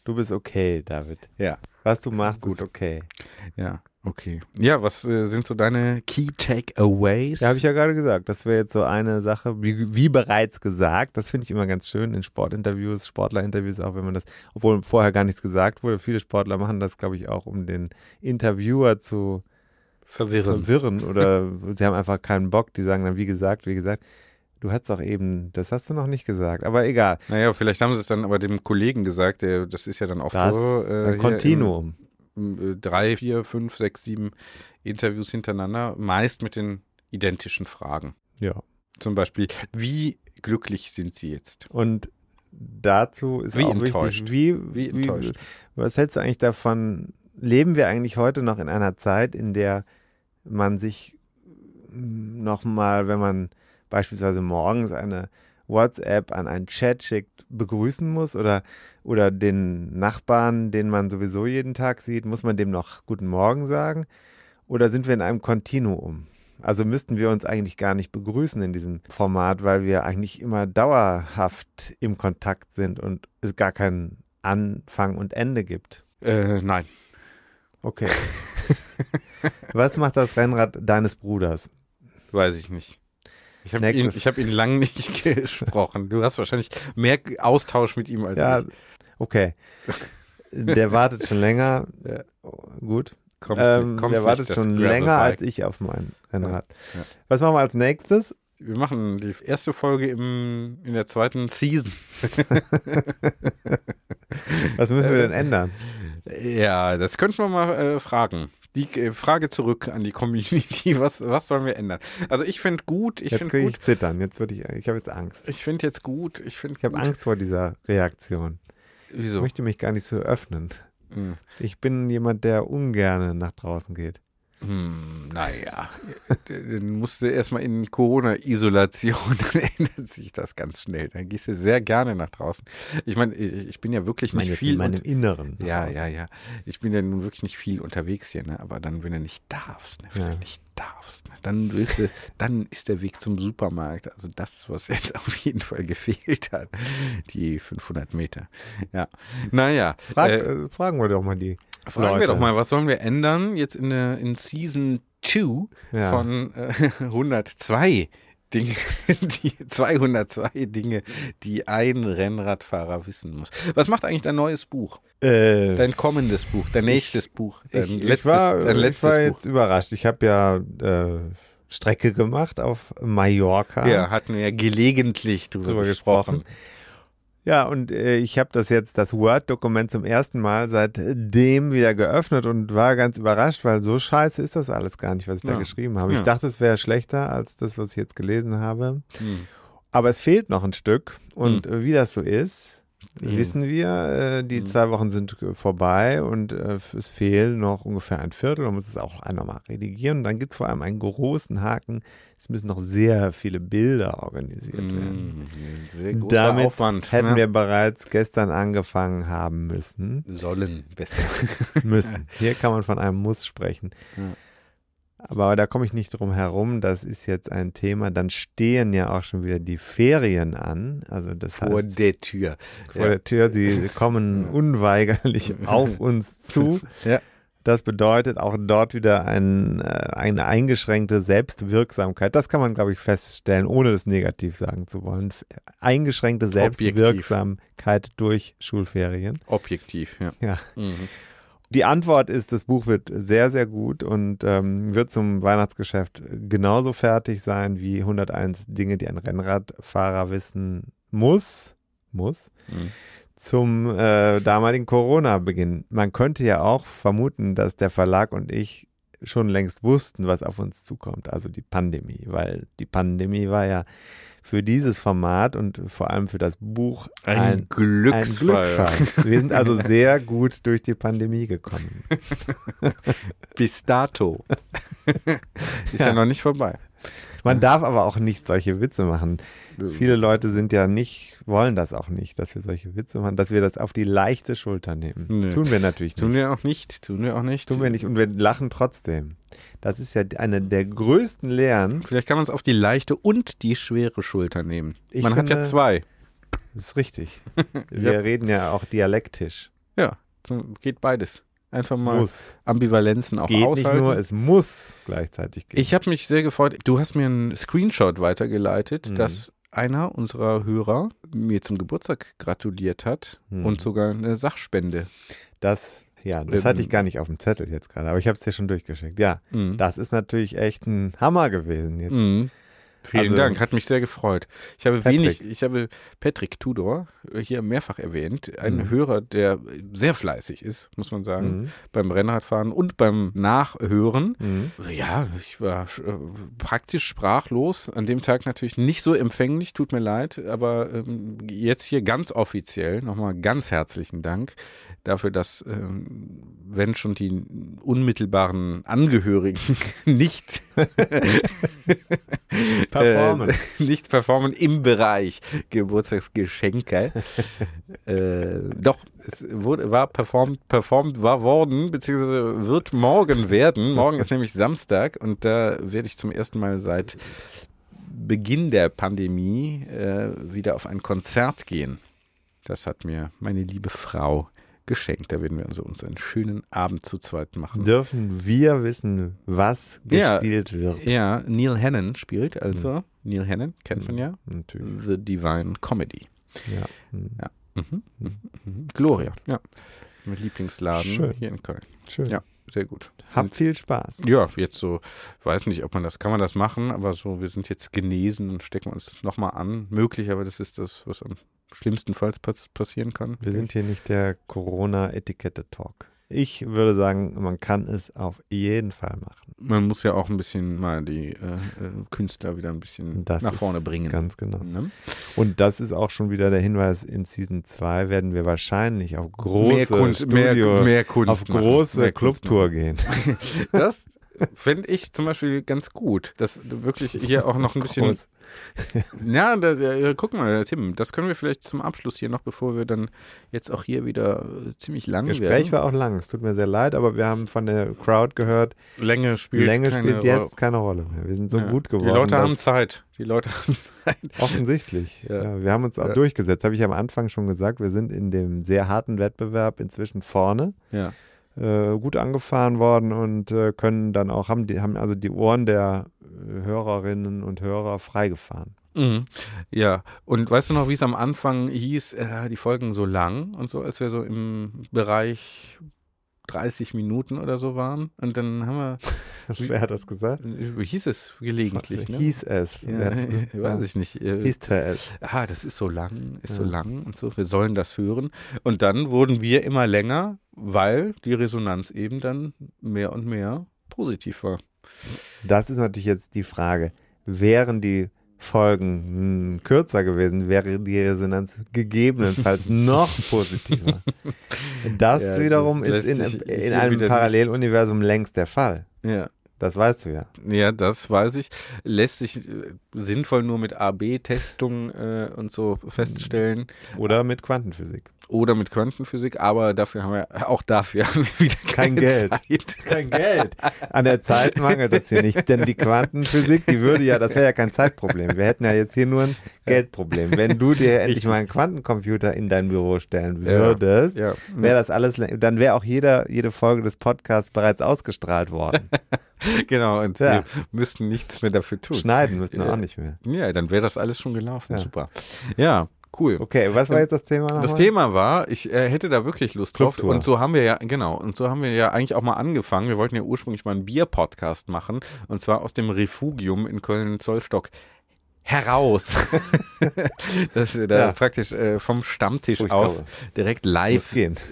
Du bist okay, David. Ja. Was du machst, Gut. ist okay. Ja, okay. Ja, was sind so deine Key Takeaways? Ja, habe ich ja gerade gesagt. Das wäre jetzt so eine Sache, wie bereits gesagt. Das finde ich immer ganz schön in Sportinterviews, Sportlerinterviews, auch wenn man das, obwohl vorher gar nichts gesagt wurde. Viele Sportler machen das, glaube ich, auch, um den Interviewer zu verwirren. Oder sie haben einfach keinen Bock. Die sagen dann, wie gesagt. Du hast doch eben, das hast du noch nicht gesagt, aber egal. Naja, vielleicht haben sie es dann aber dem Kollegen gesagt, das ist ja dann oft Das so. ist ein Kontinuum. 3, 4, 5, 6, 7 Interviews hintereinander, meist mit den identischen Fragen. Ja. Zum Beispiel, wie glücklich sind Sie jetzt? Und dazu ist Wie auch enttäuscht. wichtig, Wie enttäuscht. was hältst du eigentlich davon, leben wir eigentlich heute noch in einer Zeit, in der man sich nochmal, wenn man beispielsweise morgens eine WhatsApp an einen Chat schickt, begrüßen muss oder den Nachbarn, den man sowieso jeden Tag sieht, muss man dem noch Guten Morgen sagen? Oder sind wir in einem Kontinuum? Also müssten wir uns eigentlich gar nicht begrüßen in diesem Format, weil wir eigentlich immer dauerhaft im Kontakt sind und es gar keinen Anfang und Ende gibt. Nein. Okay. Was macht das Rennrad deines Bruders? Weiß ich nicht. Ich habe Nächste- ihn lang nicht gesprochen. Du hast wahrscheinlich mehr Austausch mit ihm als Ja, ich. okay. Der wartet schon länger. Ja. Gut. Kommt Der nicht, wartet das schon Gravelbike. länger als ich auf mein Rennrad. Ja. Was machen wir als nächstes? Wir machen die erste Folge in der zweiten Season. Was müssen wir denn ändern? Ja, das könnten wir mal fragen. Die Frage zurück an die Community, was sollen wir ändern? Also ich finde gut, Jetzt kriege ich Zittern. Ich habe jetzt Angst. Ich finde jetzt gut, ich habe Angst vor dieser Reaktion. Ich Wieso? möchte mich gar nicht so öffnen. Hm. Ich bin jemand, der ungern nach draußen geht. Naja, dann musst du erstmal in Corona-Isolation, dann ändert sich das ganz schnell. Dann gehst du sehr gerne nach draußen. Ich meine, ich bin ja wirklich nicht viel. In meinem Inneren. Ja. Ich bin ja nun wirklich nicht viel unterwegs hier, ne? Aber dann, wenn du nicht darfst, ne? Dann ist der Weg zum Supermarkt, also das, was jetzt auf jeden Fall gefehlt hat, die 500 Meter. Ja, naja. Fragen wir doch mal die Fragen Leute. wir doch mal, was sollen wir ändern jetzt in Season 2 Ja. von 102 Dinge, 202 Dinge, die ein Rennradfahrer wissen muss. Was macht eigentlich dein neues Buch? Dein kommendes Buch, dein nächstes Buch, dein letztes ich war Buch? jetzt überrascht. Ich habe ja Strecke gemacht auf Mallorca. Ja, hatten wir ja gelegentlich drüber gesprochen. Ja, und ich habe das Word-Dokument zum ersten Mal seitdem wieder geöffnet und war ganz überrascht, weil so scheiße ist das alles gar nicht, was ich da geschrieben habe. Ja. Ich dachte, es wäre schlechter als das, was ich jetzt gelesen habe. Hm. Aber es fehlt noch ein Stück. Und wie das so ist, wissen wir, die 2 Wochen sind vorbei und es fehlen noch ungefähr ein Viertel. Man muss es auch einmal mal redigieren. Und dann gibt es vor allem einen großen Haken. Es müssen noch sehr viele Bilder organisiert werden. Sehr großer Damit Aufwand. hätten ne? wir bereits gestern angefangen haben müssen. Sollen besser. Müssen. Hier kann man von einem Muss sprechen. Ja. Aber da komme ich nicht drum herum. Das ist jetzt ein Thema. Dann stehen ja auch schon wieder die Ferien an. Also das Vor heißt, der Tür. vor der Tür, sie kommen unweigerlich auf uns zu. Ja. Das bedeutet auch dort wieder eine eingeschränkte Selbstwirksamkeit. Das kann man, glaube ich, feststellen, ohne das negativ sagen zu wollen. Eingeschränkte Selbstwirksamkeit durch Schulferien. Objektiv, ja. Ja. Mhm. Die Antwort ist, das Buch wird sehr, sehr gut und wird zum Weihnachtsgeschäft genauso fertig sein wie 101 Dinge, die ein Rennradfahrer wissen muss. Mhm. Zum damaligen Corona-Beginn. Man könnte ja auch vermuten, dass der Verlag und ich schon längst wussten, was auf uns zukommt, also die Pandemie, weil die Pandemie war ja für dieses Format und vor allem für das Buch Ein Glücksfall. Wir sind also sehr gut durch die Pandemie gekommen. Bis dato. Ist ja noch nicht vorbei. Man darf aber auch nicht solche Witze machen. Viele Leute wollen das auch nicht, dass wir solche Witze machen, dass wir das auf die leichte Schulter nehmen. Nee. Tun wir natürlich nicht. Tun wir auch nicht. Tun wir nicht und wir lachen trotzdem. Das ist ja eine der größten Lehren. Vielleicht kann man es auf die leichte und die schwere Schulter nehmen. Ich Man hat ja finde- 2. Das ist richtig. Wir reden ja auch dialektisch. Ja, geht beides. Einfach mal Muss. Ambivalenzen Es auch geht aushalten. nicht nur, es muss gleichzeitig gehen. Ich habe mich sehr gefreut. Du hast mir einen Screenshot weitergeleitet, Mhm. dass einer unserer Hörer mir zum Geburtstag gratuliert hat und sogar eine Sachspende. Das hatte ich gar nicht auf dem Zettel jetzt gerade, aber ich habe es dir schon durchgeschickt. Ja, das ist natürlich echt ein Hammer gewesen jetzt. Mhm. Vielen Also, Dank, hat mich sehr gefreut. Ich habe Patrick. Patrick Tudor hier mehrfach erwähnt, ein Mhm. Hörer, der sehr fleißig ist, muss man sagen, beim Rennradfahren und beim Nachhören. Mhm. Ja, ich war praktisch sprachlos. An dem Tag natürlich nicht so empfänglich, tut mir leid, aber jetzt hier ganz offiziell nochmal ganz herzlichen Dank dafür, dass, wenn schon die unmittelbaren Angehörigen nicht nicht performen im Bereich Geburtstagsgeschenke. Doch, es war worden, beziehungsweise wird morgen werden. Morgen ist nämlich Samstag und da werde ich zum ersten Mal seit Beginn der Pandemie wieder auf ein Konzert gehen. Das hat mir meine liebe Frau geschenkt. Da werden wir also uns einen schönen Abend zu zweit machen. Dürfen wir wissen, was gespielt wird? Ja, Neil Hannon spielt also. Neil Hannon kennt man ja. Natürlich. The Divine Comedy. Ja. Ja. Gloria, ja. Mein Lieblingsladen Schön. hier in Köln. Schön. Ja, sehr gut. Habt viel Spaß. Ja, jetzt so, weiß nicht, kann man das machen, aber so, wir sind jetzt genesen und stecken uns nochmal an. Möglich, aber das ist das, was am schlimmstenfalls passieren kann. Wir sind hier nicht der Corona-Etikette-Talk. Ich würde sagen, man kann es auf jeden Fall machen. Man muss ja auch ein bisschen mal die Künstler wieder ein bisschen Das nach ist vorne bringen. Ganz genau. Ne? Und das ist auch schon wieder der Hinweis, in Season 2 werden wir wahrscheinlich auf große Mehr Kunst auf machen. große Mehr Kunst Clubtour machen. gehen. Das fände ich zum Beispiel ganz gut, dass wirklich hier auch noch ein bisschen. Groß. Ja, guck mal, Tim, das können wir vielleicht zum Abschluss hier noch, bevor wir dann jetzt auch hier wieder ziemlich lang Das werden. Gespräch war auch lang, es tut mir sehr leid, aber wir haben von der Crowd gehört, Länge spielt jetzt keine Rolle mehr. Wir sind so gut geworden. Die Leute haben dass- Zeit. Offensichtlich. Ja. Ja, wir haben uns auch durchgesetzt, habe ich am Anfang schon gesagt. Wir sind in dem sehr harten Wettbewerb inzwischen vorne. Ja. Gut angefahren worden und können dann auch, haben also die Ohren der Hörerinnen und Hörer freigefahren. Mhm. Ja, und weißt du noch, wie es am Anfang hieß, die Folgen so lang und so, als wir so im Bereich 30 Minuten oder so waren. Und dann haben wir, Wer hat das gesagt? hieß es gelegentlich, ne? Hieß es. Ja, weiß ich nicht. Hieß es. Das ist so lang, so lang und so, wir sollen das hören. Und dann wurden wir immer länger, weil die Resonanz eben dann mehr und mehr positiv war. Das ist natürlich jetzt die Frage. Wären die Folgen kürzer gewesen, wäre die Resonanz gegebenenfalls noch positiver. Das Ja, wiederum das ist lässt sich in hier einem wieder Paralleluniversum längst der Fall. Ja. Das weißt du ja. Ja, das weiß ich. Lässt sich sinnvoll nur mit AB-Testung und so feststellen. Oder mit Quantenphysik. Oder mit Quantenphysik, aber dafür haben wir wieder Kein keine Geld. Zeit. Kein Geld. An der Zeit mangelt es hier nicht, denn die Quantenphysik, das wäre ja kein Zeitproblem. Wir hätten ja jetzt hier nur ein Geldproblem. Wenn du dir endlich mal einen Quantencomputer in dein Büro stellen würdest, Ja. wäre das alles, dann wäre auch jede Folge des Podcasts bereits ausgestrahlt worden. Genau, und Ja. wir müssten nichts mehr dafür tun. Schneiden müssten wir Ja. auch nicht mehr. Ja, dann wäre das alles schon gelaufen. Ja. Super. Ja, cool. Okay, was war jetzt das Thema nochmal? Das Thema war, ich hätte da wirklich Lust drauf. Clubtour. Und so haben wir ja eigentlich auch mal angefangen. Wir wollten ja ursprünglich mal einen Bier-Podcast machen. Und zwar aus dem Refugium in Köln-Zollstock heraus. Dass wir da praktisch vom Stammtisch aus direkt live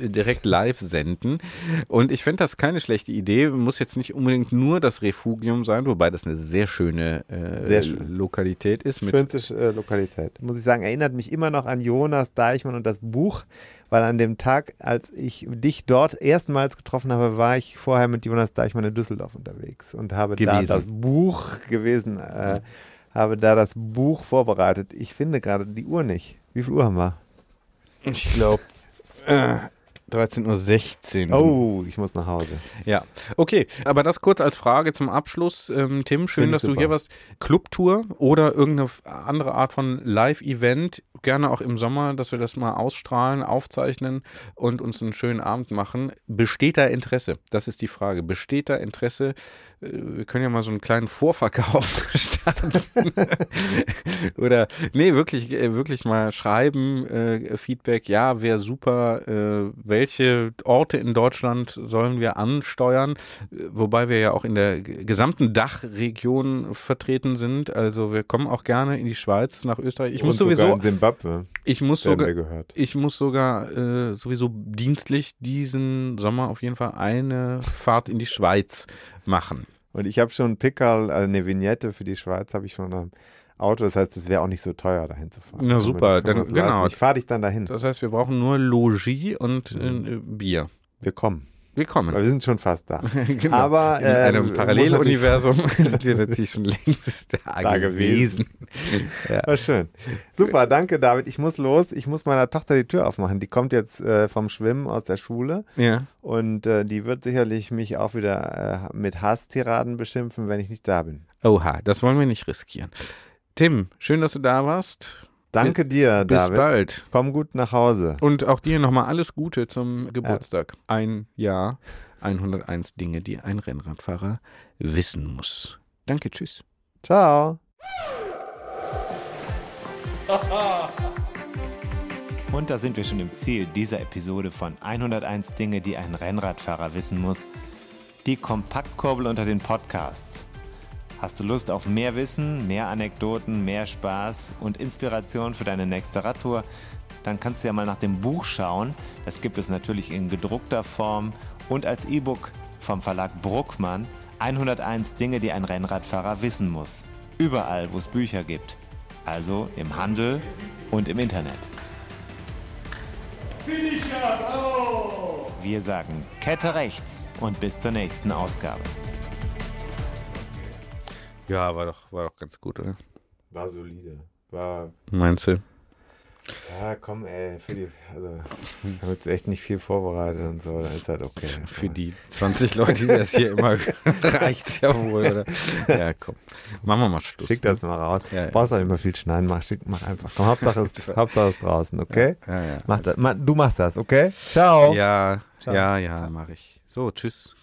senden. Und ich fände das keine schlechte Idee. Muss jetzt nicht unbedingt nur das Refugium sein, wobei das eine sehr schöne Lokalität ist. Schönste Lokalität. Muss ich sagen, erinnert mich immer noch an Jonas Deichmann und das Buch, weil an dem Tag, als ich dich dort erstmals getroffen habe, war ich vorher mit Jonas Deichmann in Düsseldorf unterwegs und habe da das Buch habe da das Buch vorbereitet. Ich finde gerade die Uhr nicht. Wie viel Uhr haben wir? Ich glaube 13:16 Uhr. Oh, ich muss nach Hause. Ja, okay. Aber das kurz als Frage zum Abschluss. Tim, schön, dass du hier warst. Clubtour oder irgendeine andere Art von Live-Event, gerne auch im Sommer, dass wir das mal ausstrahlen, aufzeichnen und uns einen schönen Abend machen. Besteht da Interesse? Das ist die Frage. Besteht da Interesse? Wir können ja mal so einen kleinen Vorverkauf starten. Oder, nee, wirklich mal schreiben, Feedback, ja, wäre super, welche Orte in Deutschland sollen wir ansteuern, wobei wir ja auch in der gesamten Dachregion vertreten sind, also wir kommen auch gerne in die Schweiz, nach Österreich. Ich muss sowieso in Zimbabwe. Ich muss sogar sowieso dienstlich diesen Sommer auf jeden Fall eine Fahrt in die Schweiz machen. Und ich habe schon ein Pickerl, eine Vignette für die Schweiz habe ich schon am Auto. Das heißt, es wäre auch nicht so teuer, dahin zu fahren. Na super, dann genau. Ich fahre dich dann dahin. Das heißt, wir brauchen nur Logis und Bier. Wir kommen. Willkommen. Aber wir sind schon fast da. Genau. Aber in einem Paralleluniversum sind wir natürlich schon längst da gewesen. Ja. War schön. Super, danke David. Ich muss los. Ich muss meiner Tochter die Tür aufmachen. Die kommt jetzt vom Schwimmen aus der Schule. Ja. Und die wird sicherlich mich auch wieder mit Hasstiraden beschimpfen, wenn ich nicht da bin. Oha, das wollen wir nicht riskieren. Tim, schön, dass du da warst. Danke dir, David. Bis bald. Komm gut nach Hause. Und auch dir nochmal alles Gute zum Geburtstag. Ein Jahr, 101 Dinge, die ein Rennradfahrer wissen muss. Danke, tschüss. Ciao. Und da sind wir schon im Ziel dieser Episode von 101 Dinge, die ein Rennradfahrer wissen muss. Die Kompaktkurbel unter den Podcasts. Hast du Lust auf mehr Wissen, mehr Anekdoten, mehr Spaß und Inspiration für deine nächste Radtour? Dann kannst du ja mal nach dem Buch schauen. Das gibt es natürlich in gedruckter Form und als E-Book vom Verlag Bruckmann. 101 Dinge, die ein Rennradfahrer wissen muss. Überall, wo es Bücher gibt. Also im Handel und im Internet. Wir sagen Kette rechts und bis zur nächsten Ausgabe. Ja, war doch ganz gut, oder? War solide. Meinst du? Ja, komm, ey. Wir haben jetzt echt nicht viel vorbereitet und so. Dann ist halt okay. Für die 20 Leute, die das hier immer reicht's ja wohl, oder? Ja, komm. Machen wir mal Schluss. Schick das mal raus. Ja, brauchst auch nicht mehr viel schneiden. Mach einfach. Komm, Hauptsache ist draußen, okay? Ja. Du machst das, okay? Ciao. Ja, Ciao. ja, mach ich. So, tschüss.